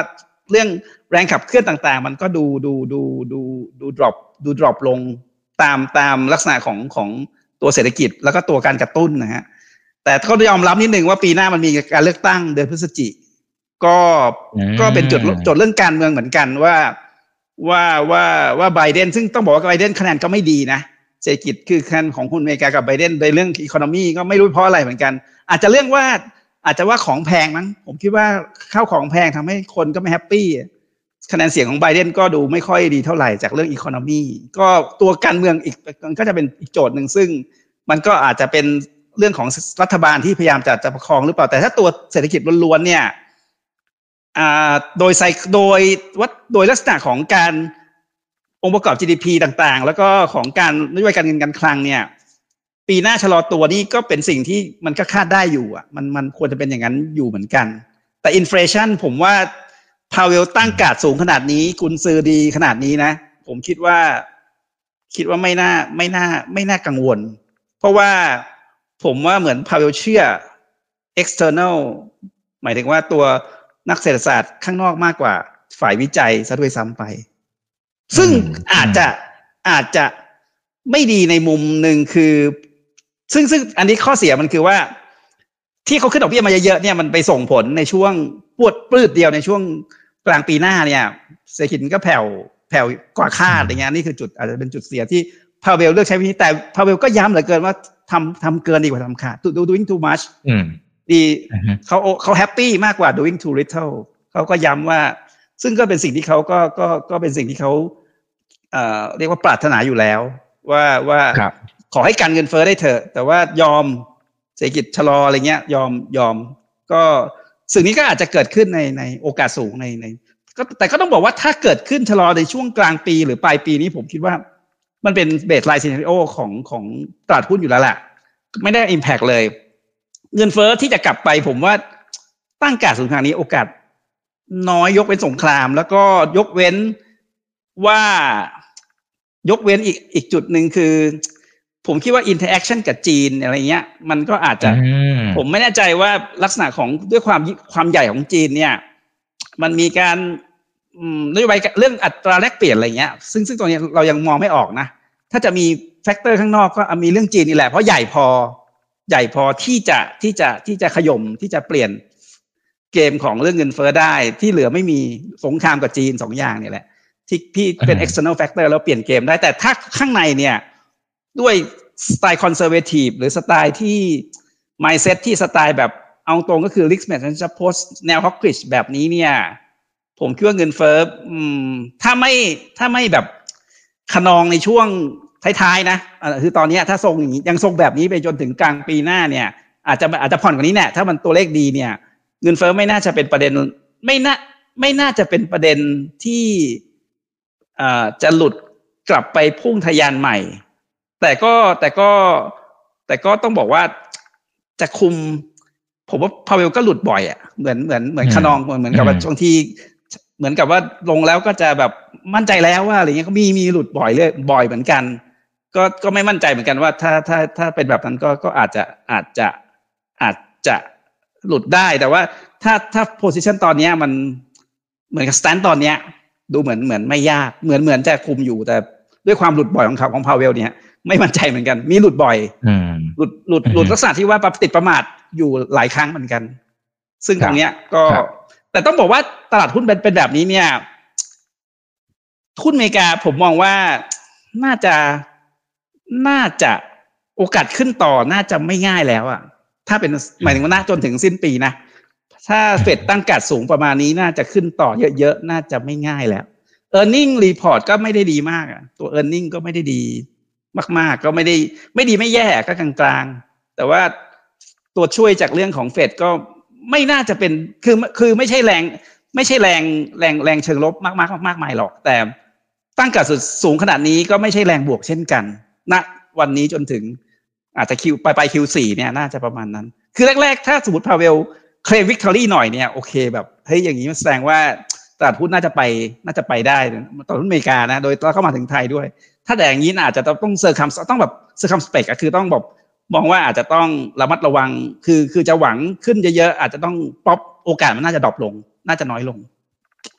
เรื่องแรงขับเคลื่อนต่างๆมันก็ดูดูดูดูดูดรอปดูดรอปลงตามตามลักษณะของของตัวเศรษฐกิจแล้วก็ตัวการกระตุ้นนะฮะแต่ก็ยอมรับนิดนึงว่าปีหน้ามันมีการเลือกตั้งเดือนพฤศจิกก็ก็เป็นจุดจุดเรื่องการเมืองเหมือนกันว่าว่าว่าว่าไบเดนซึ่งต้องบอกว่าไบเดนคะแนนก็ไม่ดีนะเศรษฐกิจคือคะแนนของคุณอเมริกากับไบเดนในเรื่องอีโคโนมีก็ไม่รู้เพราะอะไรเหมือนกันอาจจะเรื่องว่าอาจจะว่าของแพงมั้งผมคิดว่าข้าวของแพงทำให้คนก็ไม่แฮปปี้คะแนนเสียงของไบเดนก็ดูไม่ค่อยดีเท่าไหร่จากเรื่องอีโคโนมีก็ตัวการเมืองอีกมันก็จะเป็นอีกโจทย์หนึ่งซึ่งมันก็อาจจะเป็นเรื่องของรัฐบาลที่พยายามจะจะประคองหรือเปล่าแต่ถ้าตัวเศรษฐกิจล้วนๆเนี่ยอ่าโดยไซโดยวัดโดยลักษณะของการองค์ประกอบ จี ดี พี ต่างๆแล้วก็ของการนโยบายการเงินการคลังเนี่ยปีหน้าชะลอตัวนี่ก็เป็นสิ่งที่มันก็คาดได้อยู่อ่ะมันมันควรจะเป็นอย่างนั้นอยู่เหมือนกันแต่อินเฟลชันผมว่าพาเวลตั้งการ์ดสูงขนาดนี้กุนซือดีขนาดนี้นะผมคิดว่าคิดว่าไม่น่าไม่น่าไม่น่ากังวลเพราะว่าผมว่าเหมือนพาเวลเชื่อ external หมายถึงว่าตัวนักเศรษฐศาสตร์ข้างนอกมากกว่าฝ่ายวิจัยซะด้วยซ้ำไปซึ่งอาจจะอาจจะไม่ดีในมุมหนึ่งคือซึ่งซึ่งอันนี้ข้อเสียมันคือว่าที่เขาขึ้นดอกเบี้ยมาเยอะๆเนี่ยมันไปส่งผลในช่วงปวดปลื้ดเดียวในช่วงกลางปีหน้าเนี่ยเศรษฐกิจก็แผ่วแผ่วกว่าคาดอย่างเงี้ยนี่คือจุดอาจจะเป็นจุดเสียที่พาเวลเลือกใช้วิธีแต่พาเวลก็ย้ำเหลือเกินว่าทำทำเกินดีกว่าทำขาด do doing too much ดีเขาเขาแฮปปี้มากกว่า doing too little เขาก็ย้ำว่าซึ่งก็เป็นสิ่งที่เขาก็ก็ก็เป็นสิ่งที่เขาเอ่อเรียกว่าปรารถนาอยู่แล้วว่าว่าขอให้การเงินเฟ้อได้เถอะแต่ว่ายอมเศรษฐกิจชะลออะไรเงี้ยยอมยอมก็สิ่งนี้ก็อาจจะเกิดขึ้นในในโอกาสสูงในในก็แต่ก็ต้องบอกว่าถ้าเกิดขึ้นชะลอในช่วงกลางปีหรือปลายปีนี้ผมคิดว่ามันเป็นเบสไลน์ซีนาริโอของของตลาดหุ้นอยู่แล้วแหละไม่ได้อิมแพคเลยเงินเฟ้อที่จะกลับไปผมว่าตั้งการสูงขนาดนี้โอกาสน้อยยกเว้นสงครามแล้วก็ยกเว้นว่ายกเว้นอีกอีกจุดหนึ่งคือผมคิดว่า interaction กับจีนอะไรเงี้ยมันก็อาจจะผมไม่แน่ใจว่าลักษณะของด้วยความความใหญ่ของจีนเนี่ยมันมีการนโยบายเรื่องอัตราแลกเปลี่ยนอะไรเงี้ยซึ่งซึ่งตัวนี้เรายังมองไม่ออกนะถ้าจะมีแฟกเตอร์ข้างนอกก็มีเรื่องจีนนี่แหละเพราะใหญ่พอใหญ่พอที่จะที่จะที่จะขย่มที่จะเปลี่ยนเกมของเรื่องเงินเฟ้อได้ที่เหลือไม่มีสงครามกับจีนสองอย่างนี่แหละที่พี่เป็น external factor แล้วเปลี่ยนเกมได้แต่ถ้าข้างในเนี่ยด้วยสไตล์ conservative หรือสไตล์ที่ mindset ที่สไตล์แบบเอาตรงก็คือ risk management post แนว hawkish แบบนี้เนี่ยผมคิดว่าเงินเฟ้อถ้าไม่ถ้าไม่แบบขนองในช่วงท้ายๆนะคือตอนนี้ถ้าทรงอย่างนี้ยังทรงแบบนี้ไปจนถึงกลางปีหน้าเนี่ยอาจจะอาจจะผ่อนกว่านี้แน่ถ้ามันตัวเลขดีเนี่ยเงินเฟ้อไม่น่าจะเป็นประเด็นไม่น่าไม่น่าจะเป็นประเด็นที่อ่าจะหลุดกลับไปพุ่งทะยานใหม่แต่ก็แต่ก็แต่ก็ต้องบอกว่าจะคุมผมว่าพาเวลก็หลุดบ่อยอ่ะเหมือนเหมือนเหมือนขนองเหมือนเหมือนกับว่าบางทีเหมือนกับว่าลงแล้วก็จะแบบมั่นใจแล้วว่าอะไรเงี้ยก็มีมีหลุดบ่อยเลยบ่อยเหมือนกันก็ก็ไม่มั่นใจเหมือนกันว่าถ้าถ้าถ้าเป็นแบบนั้นก็ก็อาจจะอาจจะอาจจะหลุดได้แต่ว่าถ้าถ้าโพสิชันตอนนี้มันเหมือนกับสแตนด์ตอนเนี้ยดูเหมือนเหมือนไม่ยากเหมือนเหมือนจะคุมอยู่แต่ด้วยความหลุดบ่อยของเขาของพาเวลเนี่ยไม่มั่นใจเหมือนกันมีหลุดบ่อยหลุดหลุดหลุดลักษณะที่ว่าติดประมาทอยู่หลายครั้งเหมือนกันซึ่งตรงเนี้ยก็แต่ต้องบอกว่าตลาดหุ้นเป็นเป็นแบบนี้เนี่ยหุ้นอเมริกาผมมองว่าน่าจะน่าจะโอกาสขึ้นต่อน่าจะไม่ง่ายแล้วอ่ะถ้าเป็นหมายถึงว่าน่าจนถึงสิ้นปีนะถ้าเฟดตั้งการสูงประมาณนี้น่าจะขึ้นต่อเยอะๆน่าจะไม่ง่ายแล้ว earning report ก็ไม่ได้ดีมากอ่ะตัว earning ก็ไม่ได้ดีมากๆก็ไม่ได้ไม่ดีไม่แย่ก็กลางๆแต่ว่าตัวช่วยจากเรื่องของเฟดก็ไม่น่าจะเป็นคือคือไม่ใช่แรงไม่ใช่แรงแรงแรงเชิงลบมากๆมากมายหรอกแต่ตั้งการสูงขนาดนี้ก็ไม่ใช่แรงบวกเช่นกันณวันนี้จนถึงอาจจะคิวปลายๆ คิว โฟร์ เนี่ยน่าจะประมาณนั้นคือแรกๆถ้าสมมติพาเวลเคลมวิกตอรี่หน่อยเนี่ยโอเคแบบเฮ้ยอย่างนี้มันแสดงว่าตลาดหุ้นน่าจะไปน่าจะไปได้ตลาดหุ้นอเมริกานะโดยเข้ามาถึงไทยด้วยถ้าแต่อย่างนี้อาจจะต้องเซอร์คัมต้องแบบเซอร์คัมสเปกก็คือต้องแบบมองว่าอาจจะต้องระมัดระวังคือคือจะหวังขึ้นเยอะๆอาจจะต้องป๊อปโอกาสมันน่าจะดรอปลงน่าจะน้อยลง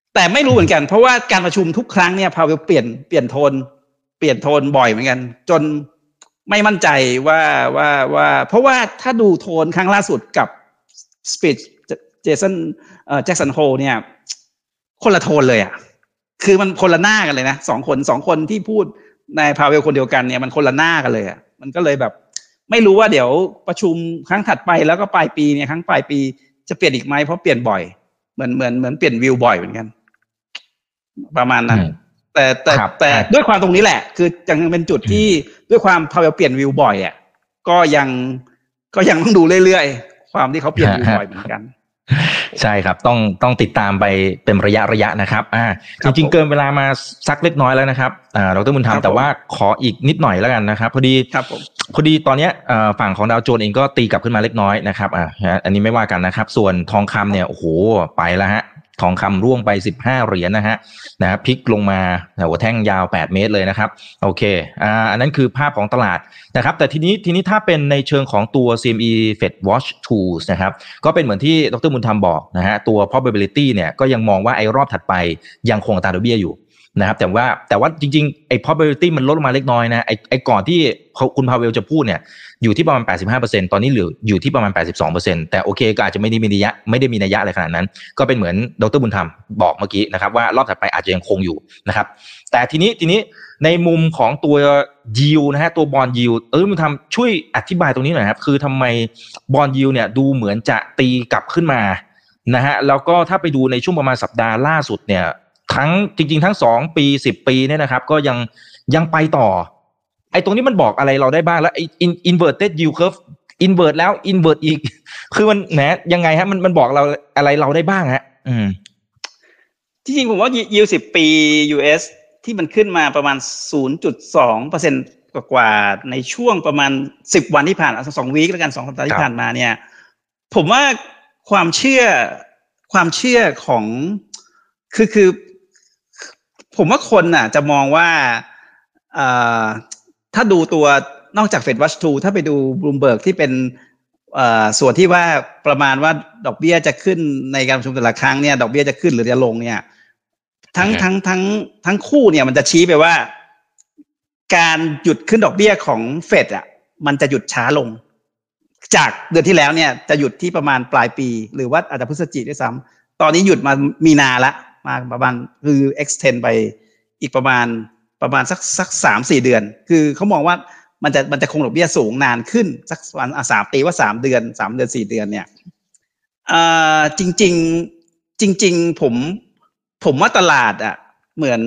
แต่ไม่รู้เหมือนกันเพราะว่าการประชุมทุกครั้งเนี่ยพาเวลเปลี่ยนเปลี่ยนโทนเปลี่ยนโทนบ่อยเหมือนกันจนไม่มั่นใจว่าว่าว่าเพราะว่าถ้าดูโทนครั้งล่าสุดกับสปีชเจสันเอ่อแจ็คสันโฮเนี่ยคนละโทนเลยอ่ะคือมันคนละหน้ากันเลยนะสองคนสองคนที่พูดในพาเวลคนเดียวกันเนี่ยมันคนละหน้ากันเลยอ่ะมันก็เลยแบบไม่รู้ว่าเดี๋ยวประชุมครั้งถัดไปแล้วก็ปลายปีเนี่ยครั้งปลายปีจะเปลี่ยนอีกไหมเพราะเปลี่ยนบ่อยเหมือนเหมือนเหมือนเปลี่ยนวิวบ่อยเหมือนกันประมาณนั้นแต่แต่แต่ด้วยความตรงนี้แหละคือยังเป็นจุดที่ด้วยความพาเวลเปลี่ยนวิวบ่อยอ่ะก็ยังก็ยังต้องดูเรื่อยๆความที่เขาเปลี่ยนวิวบ่อยเหมือนกันใช่ครับต้องต้องติดตามไปเป็นระยะระยะนะครับอ่าจริงๆเกินเวลามาสักเล็กน้อยแล้วนะครับอ่าดร.บุญธรรมแต่ว่าขออีกนิดหน่อยแล้วกันนะครับพอดีพอดีตอนนี้ฝั่งของดาวโจนส์เองก็ตีกลับขึ้นมาเล็กน้อยนะครับอ่าอันนี้ไม่ว่ากันนะครับส่วนทองคำเนี่ยโอ้โหไปแล้วฮะทองคำร่วงไปสิบห้าเหรียญนะฮะนะพลิกลงมาหัวแท่งยาวแปดเมตรเลยนะครับโอเคอ่าอันนั้นคือภาพของตลาดนะครับแต่ทีนี้ทีนี้ถ้าเป็นในเชิงของตัว ซี เอ็ม อี Fed Watch Tools นะครับก็เป็นเหมือนที่ดร.บุญธรรมบอกนะฮะตัว probability เนี่ยก็ยังมองว่าไอ้รอบถัดไปยังคงอัตราดอกเบี้ยอยู่นะครับแต่ว่าแต่ว่าจริงๆไอ้ probability มันลดลงมาเล็กน้อยนะไอ้ไอ้ก่อนที่คุณพาเวลจะพูดเนี่ยอยู่ที่ประมาณ แปดสิบห้าเปอร์เซ็นต์ ตอนนี้เหลืออยู่ที่ประมาณ แปดสิบสองเปอร์เซ็นต์ แต่โอเคก็อาจจะไม่ได้มีนัยยะไม่ได้มีนัยยะอะไรขนาดนั้นก็เป็นเหมือนดร.บุญธรรมบอกเมื่อกี้นะครับว่ารอบถัดไปอาจจะยังคงอยู่นะครับแต่ทีนี้ทีนี้ในมุมของตัว yield นะฮะตัว bond yield เออบุญธรรมช่วยอธิบายตรงนี้หน่อยครับคือทำไม bond yield เนี่ยดูเหมือนจะตีกลับขึ้นมานะฮะแล้วก็ถ้าไปดูในช่วงประมาณสัปดาห์ล่าสุดเนี่ยทั้งจริงๆทั้งสองปีสิบปีเนี่ยนะครับก็ยังยังไปต่อไอ้ตรงนี้มันบอกอะไรเราได้บ้างแล้วไอ้ inverted yield curve invert แล้ว invert อีกคือมันแหนยังไงฮะมันมันบอกเราอะไรเราได้บ้างฮะอืมที่จริงผมว่า yield สิบปี ยู เอส ที่มันขึ้นมาประมาณ ศูนย์จุดสองเปอร์เซ็นต์ กว่าๆในช่วงประมาณสิบวันที่ผ่านสองวีคแล้วกันสองสัปดาห์ที่ผ่านมาเนี่ยผมว่าความเชื่อความเชื่อของคือคือผมว่าคนน่ะจะมองว่าอ่าถ้าดูตัวนอกจาก Fed Watch ทูถ้าไปดู Bloomberg ที่เป็นอ่าส่วนที่ว่าประมาณว่าดอกเบี้ยจะขึ้นในการประชุมแต่ละครั้งเนี่ยดอกเบี้ยจะขึ้นหรือจะลงเนี่ยทั้งทั้งทั้งทั้งคู่เนี่ยมันจะชี้ไปว่าการหยุดขึ้นดอกเบี้ยของ Fed อ่ะมันจะหยุดช้าลงจากเดือนที่แล้วเนี่ยจะหยุดที่ประมาณปลายปีหรือว่าอาจจะพฤศจิกายนด้วยซ้ำตอนนี้หยุดมามีนาละมาประมาณคือ extend ไปอีกประมาณประมาณสักสักสามสี่เดือนคือเขามองว่ามันจะมันจะคงดอกเบี้ยสูงนานขึ้นสักวันอ่ะสามตีว่าสามเดือนสามเดือนสี่เดือนเนี่ยอ่าจริงๆจริงๆผมผมว่าตลาดอ่ะเหมือน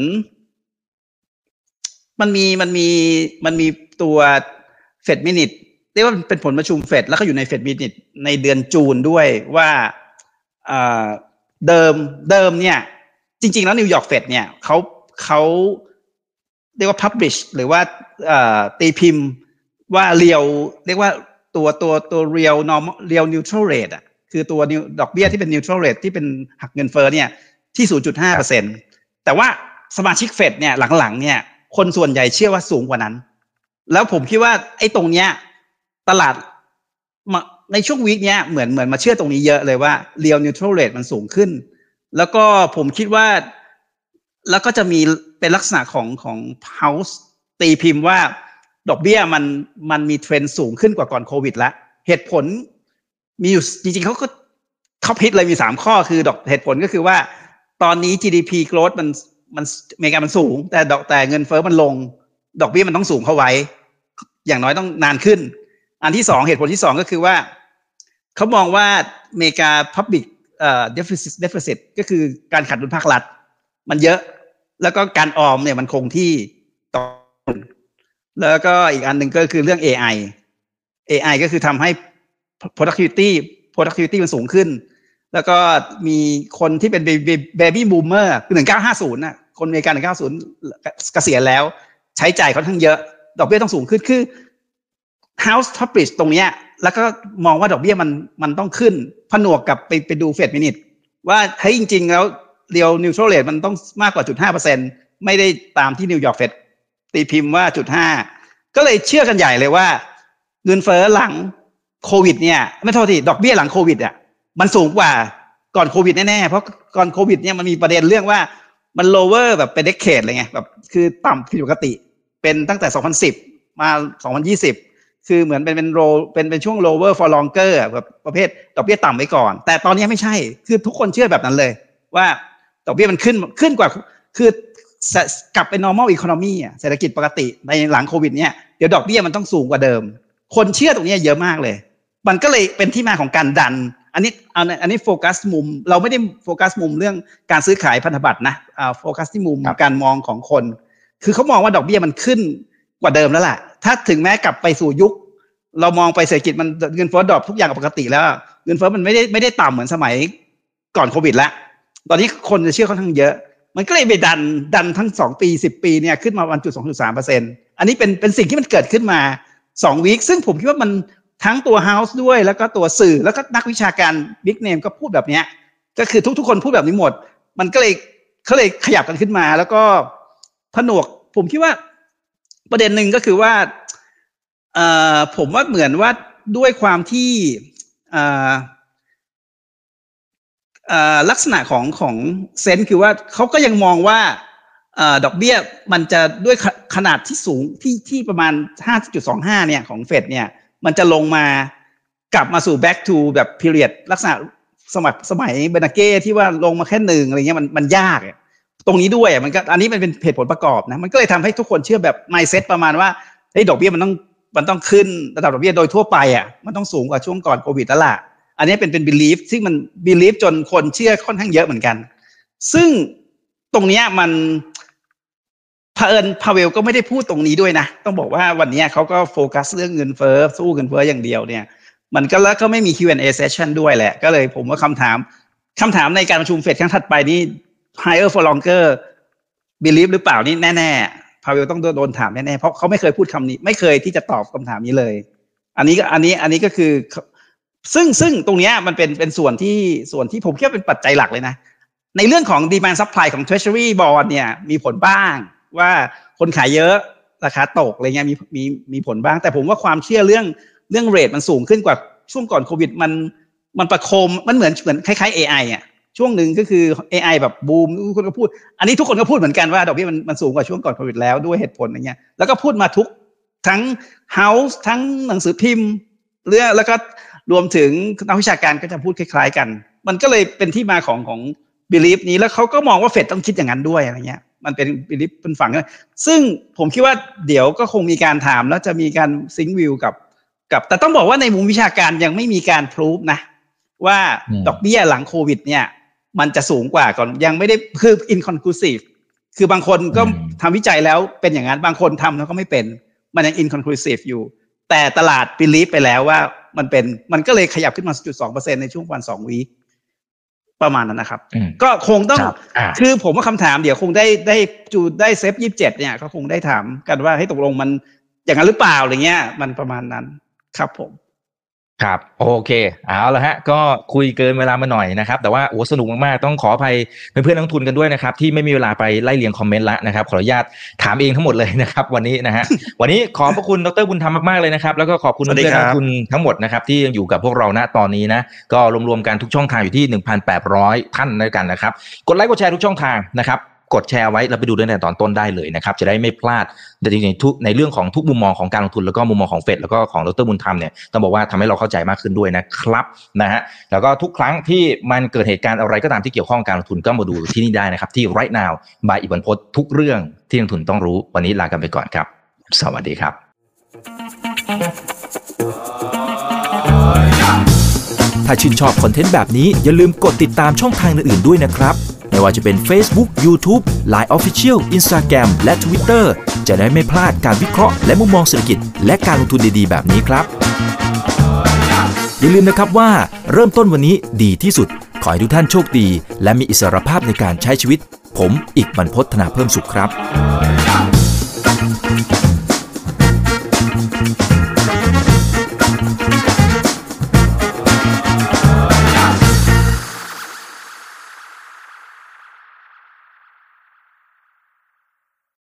มันมีมันมีมันมีตัว Fed Minute เรียกว่าเป็นผลประชุม Fed แล้วก็อยู่ใน Fed Minute ในเดือนจูนด้วยว่าอ่าเดิมเดิมเนี่ยจริงๆแล้วนิวยอร์กเฟดเนี่ยเขาเขาเรียกว่า publish หรือว่าตีพิมพ์ว่าเรียวเรียกว่าตัวตัวตัว real normal real neutral rate อ่ะคือตัวดอกเบี้ยที่เป็น neutral rate ที่เป็นหักเงินเฟ้อเนี่ยที่ ศูนย์จุดห้าเปอร์เซ็นต์ แต่ว่าสมาชิกเฟดเนี่ยหลังๆเนี่ยคนส่วนใหญ่เชื่อว่าสูงกว่านั้นแล้วผมคิดว่าไอ้ตรงเนี้ยตลาดในช่วงวีคเนี้ยเหมือนเหมือนมาเชื่อตรงนี้เยอะเลยว่า real neutral rate มันสูงขึ้นแล้วก็ผมคิดว่าแล้วก็จะมีเป็นลักษณะของของ House ตีพิมพ์ว่าดอกเบี้ยมันมันมีเทรนด์สูงขึ้นกว่าก่อนโควิดแล้วเหตุผลมีอยู่จริงๆเขาก็เขาพิจเลยมีสามข้อคือดอกเหตุผลก็คือว่าตอนนี้ จี ดี พี growth มันมันอเมริกามันสูงแต่ดอกแต่เงินเฟ้อมันลงดอกเบี้ยมันต้องสูงเข้าไว้อย่างน้อยต้องนานขึ้นอันที่สองเหตุผลที่สองก็คือว่าเขามองว่าอเมริกา public เอ่อ deficit deficit ก็คือการขาดดุลภาครัฐมันเยอะแล้วก็การออมเนี่ยมันคงที่ต่อแล้วก็อีกอันหนึ่งก็คือเรื่อง เอ ไอ เอ ไอ ก็คือทำให้ productivity productivity มันสูงขึ้นแล้วก็มีคนที่เป็น baby boomer คือหนึ่งเก้าห้าศูนย์น่ะคนอเมริกันหนึ่งเก้าห้าศูนย์เกษียณแล้วใช้จ่ายค่อนข้างเยอะดอกเบี้ยต้องสูงขึ้นคือ House Publish ตรงเนี้ยแล้วก็มองว่าดอกเบี้ยมันมันต้องขึ้นผนวกกับไปไปดู Fed Minute ว่าเฮ้ยจริงๆแล้วเรียว neutral rate มันต้องมากกว่า ศูนย์จุดห้าเปอร์เซ็นต์ ไม่ได้ตามที่นิวยอร์กเฟดตีพิมพ์ว่า ศูนย์จุดห้า ก็เลยเชื่อกันใหญ่เลยว่าเงินเฟ้อหลังโควิดเนี่ยไม่โทษทีดอกเบี้ยหลังโควิดอ่ะมันสูงกว่าก่อนโควิดแน่ๆเพราะก่อนโควิดเนี่ยมันมีประเด็นเรื่องว่ามัน lower แบบเป็น decade อะไรเงี้ยแบบคือต่ำผิดปกติเป็นตั้งแต่สองพันสิบมาสองพันยี่สิบคือเหมือนเป็นเป็นโรเป็นเป็นช่วง lower for longer แบบประเภทดอกเบี้ยต่ำไว้ก่อนแต่ตอนนี้ไม่ใช่คือทุกคนเชื่อแบบนั้นเลยว่าดอกเบี้ยมันขึ้นขึ้นกว่าคือกลับไป normal economy อ่ะเศรษฐกิจปกติในหลังโควิดเนี่ยเดี๋ยวดอกเบี้ยมันต้องสูงกว่าเดิมคนเชื่อตรงนี้เยอะมากเลยมันก็เลยเป็นที่มาของการดันอันนี้อันนี้โฟกัสมุมเราไม่ได้โฟกัสมุมเรื่องการซื้อขายพันธบัตรนะอ่าโฟกัสที่มุมการมองของคนคือเขามองว่าดอกเบี้ยมันขึ้นกว่าเดิมแล้วล่ะถ้าถึงแม้กลับไปสู่ยุคเรามองไปเศรษฐกิจมันเงินเฟ้อดรอปทุกอย่างปกติแล้วเงินเฟ้อมันไม่ได้ไม่ได้ต่ำเหมือนสมัยก่อนโควิดแล้วตอนนี้คนจะเชื่อค่อนข้างเยอะมันก็เลยไปดันดันทั้งสองปีสิบปีเนี่ยขึ้นมาวันจุดสองจุดสามเปอร์เซ็นต์อันนี้เป็นเป็นสิ่งที่มันเกิดขึ้นมาสองวีคซึ่งผมคิดว่ามันทั้งตัว House ด้วยแล้วก็ตัวสื่อแล้วก็นักวิชาการ Big Name ก็พูดแบบนี้ก็คือทุกๆคนพูดแบบนี้หมดมันก็เลยเขาเลยขยับกันขึ้นมาแล้วก็ผนวกผมคิดว่าประเด็นหนึ่งก็คือว่าเอ่อผมว่าเหมือนว่าด้วยความที่เอ่อเอ่อลักษณะของของเซนส์คือว่าเขาก็ยังมองว่าเอ่อดอกเบี้ยมันจะด้วยขนาดที่สูงที่ที่ประมาณ ห้าจุดสองห้า เนี่ยของเฟดเนี่ยมันจะลงมากลับมาสู่ back to แบบ period ลักษณะสมัยสมัยเบนาเก้ที่ว่าลงมาแค่หนึ่งอะไรเงี้ยมันมันยากตรงนี้ด้วยมันก็อันนี้มันเป็นเหตุผลประกอบนะมันก็เลยทำให้ทุกคนเชื่อแบบ mindset ประมาณว่าเฮ้ยดอกเบี้ยมันต้องมันต้องขึ้นระดับดอกเบี้ยโดยทั่วไปอ่ะมันต้องสูงกว่าช่วงก่อนโควิดแล้วล่ะอันนี้เป็นเป็น belief ซึ่งมัน belief จนคนเชื่อค่อนข้างเยอะเหมือนกันซึ่งตรงเนี้ยมันเผอิญพาเวลก็ไม่ได้พูดตรงนี้ด้วยนะต้องบอกว่าวันนี้เขาก็โฟกัสเรื่องเงินเฟ้อสู้เงินเฟ้ออย่างเดียวเนี่ยมันก็แล้วก็ไม่มี คิว แอนด์ เอ session ด้วยแหละก็เลยผมว่าคำถามคำถามในการประชุมเฟดครั้งถัดไปนี่ higher for longer belief หรือเปล่านี่แน่ๆพาเวลต้องโดนถามแน่ๆเพราะเขาไม่เคยพูดคำนี้ไม่เคยที่จะตอบคำถามนี้เลยอันนี้ก็อันนี้อันนี้ก็คือซึ่งซึ่งตรงเนี้ยมันเป็นเป็นส่วนที่ส่วนที่ผมคิดว่าเป็นปัจจัยหลักเลยนะในเรื่องของ demand supply ของ treasury bond เนี่ยมีผลบ้างว่าคนขายเยอะราคาตกอะไรเงี้ยมีมีมีผลบ้างแต่ผมว่าความเชื่อเรื่องเรื่องเรทมันสูงขึ้นกว่าช่วงก่อนโควิดมันมันประโคมมันเหมือนเหมือนคล้ายๆ เอ ไอ อ่ะช่วงหนึ่งก็คือ เอ ไอ แบบบูมทุกคนก็พูดอันนี้ทุกคนก็พูดเหมือนกันว่าดอกเบี้ยมันมันสูงกว่าช่วงก่อนโควิดแล้วด้วยเหตุผลอะไรเงี้ยแล้วก็พูดมาทุกทั้ง House ทั้งหนังสือพิมพ์เรื่องแล้วก็รวมถึงนักวิชาการก็จะพูดคล้ายๆกันมันก็เลยเป็นที่มาของของ belief นี้แล้วเขาก็มองว่าเฟดต้องคิดอย่างนั้นด้วยอะไรเงี้ยมันเป็น belief เป็นฝั่งนะซึ่งผมคิดว่าเดี๋ยวก็คงมีการถามแล้วจะมีการซิงค์วิวกับกับแต่ต้องบอกว่าในมุมวิชาการยังไม่มีการพิสูจนะว่าดอกเบี้ยหลังโควิดเนี่ยมันจะสูงกว่าก่อนยังไม่ได้คือ inconclusive คือบางคนก็ทำวิจัยแล้วเป็นอย่างนั้นบางคนทำแล้วก็ไม่เป็นมันยัง inconclusive อยู่แต่ตลาด believe ไปแล้วว่ามันเป็นมันก็เลยขยับขึ้นมา ศูนย์จุดสองเปอร์เซ็นต์ ในช่วงวันสองวีคประมาณนั้นนะครับก็คงต้องคือผมว่าคำถามเดี๋ยวคงได้ได้จูได้เซฟยี่สิบเจ็ดเนี่ยก็คงได้ถามกันว่าให้ตกลงมันอย่างนั้นหรือเปล่าอะไรเงี้ยมันประมาณนั้นครับผมครับโอเคเอาละฮะก็คุยเกินเวลามาหน่อยนะครับแต่ว่าโอ้สนุกมากๆต้องขออภัยเพื่อนๆนักทุนกันด้วยนะครับที่ไม่มีเวลาไปไล่เรียงคอมเมนต์ละนะครับขออนุญาตถามเองทั้งหมดเลยนะครับวันนี้นะฮะ วันนี้ขอบพระคุณดร.บุญธรรมมากๆเลยนะครับแล้วก็ขอบคุณเพื่อนๆนักทุนทั้งหมดนะครับที่ยังอยู่กับพวกเราณตอนนี้นะก็รวมๆกันทุกช่องทางอยู่ที่ หนึ่งพันแปดร้อย ท่านด้วยกันนะครับกดไลค์กดแชร์ทุกช่องทางนะครับกดแชร์ไว้แล้วไปดูได้ในตอนต้นได้เลยนะครับจะได้ไม่พลาดในทุกในเรื่องของทุกมุมมองของการลงทุนแล้วก็มุมมองของเฟดแล้วก็ของดร.บุญธรรมเนี่ยต้องบอกว่าทำให้เราเข้าใจมากขึ้นด้วยนะครับนะฮะแล้วก็ทุกครั้งที่มันเกิดเหตุการณ์อะไรก็ตามที่เกี่ยวข้องกับการลงทุนก็มาดูที่นี่ได้นะครับที่ Right Now by อิบันพจน์ทุกเรื่องที่นักทุนต้องรู้วันนี้ลากันไปก่อนครับสวัสดีครับถ้าชื่นชอบคอนเทนต์แบบนี้อย่าลืมกดติดตามช่องทางอื่นๆด้วยนะครับไม่ว่าจะเป็น Facebook, YouTube, ไลน์ Official, Instagram และ Twitter จะได้ไม่พลาดการวิเคราะห์และมุมมองเศรษฐกิจและการลงทุนดีๆแบบนี้ครับอย่าลืมนะครับว่าเริ่มต้นวันนี้ดีที่สุดขอให้ทุกท่านโชคดีและมีอิสรภาพในการใช้ชีวิตผมอีกบรรพต ธนาเพิ่มสุขครับ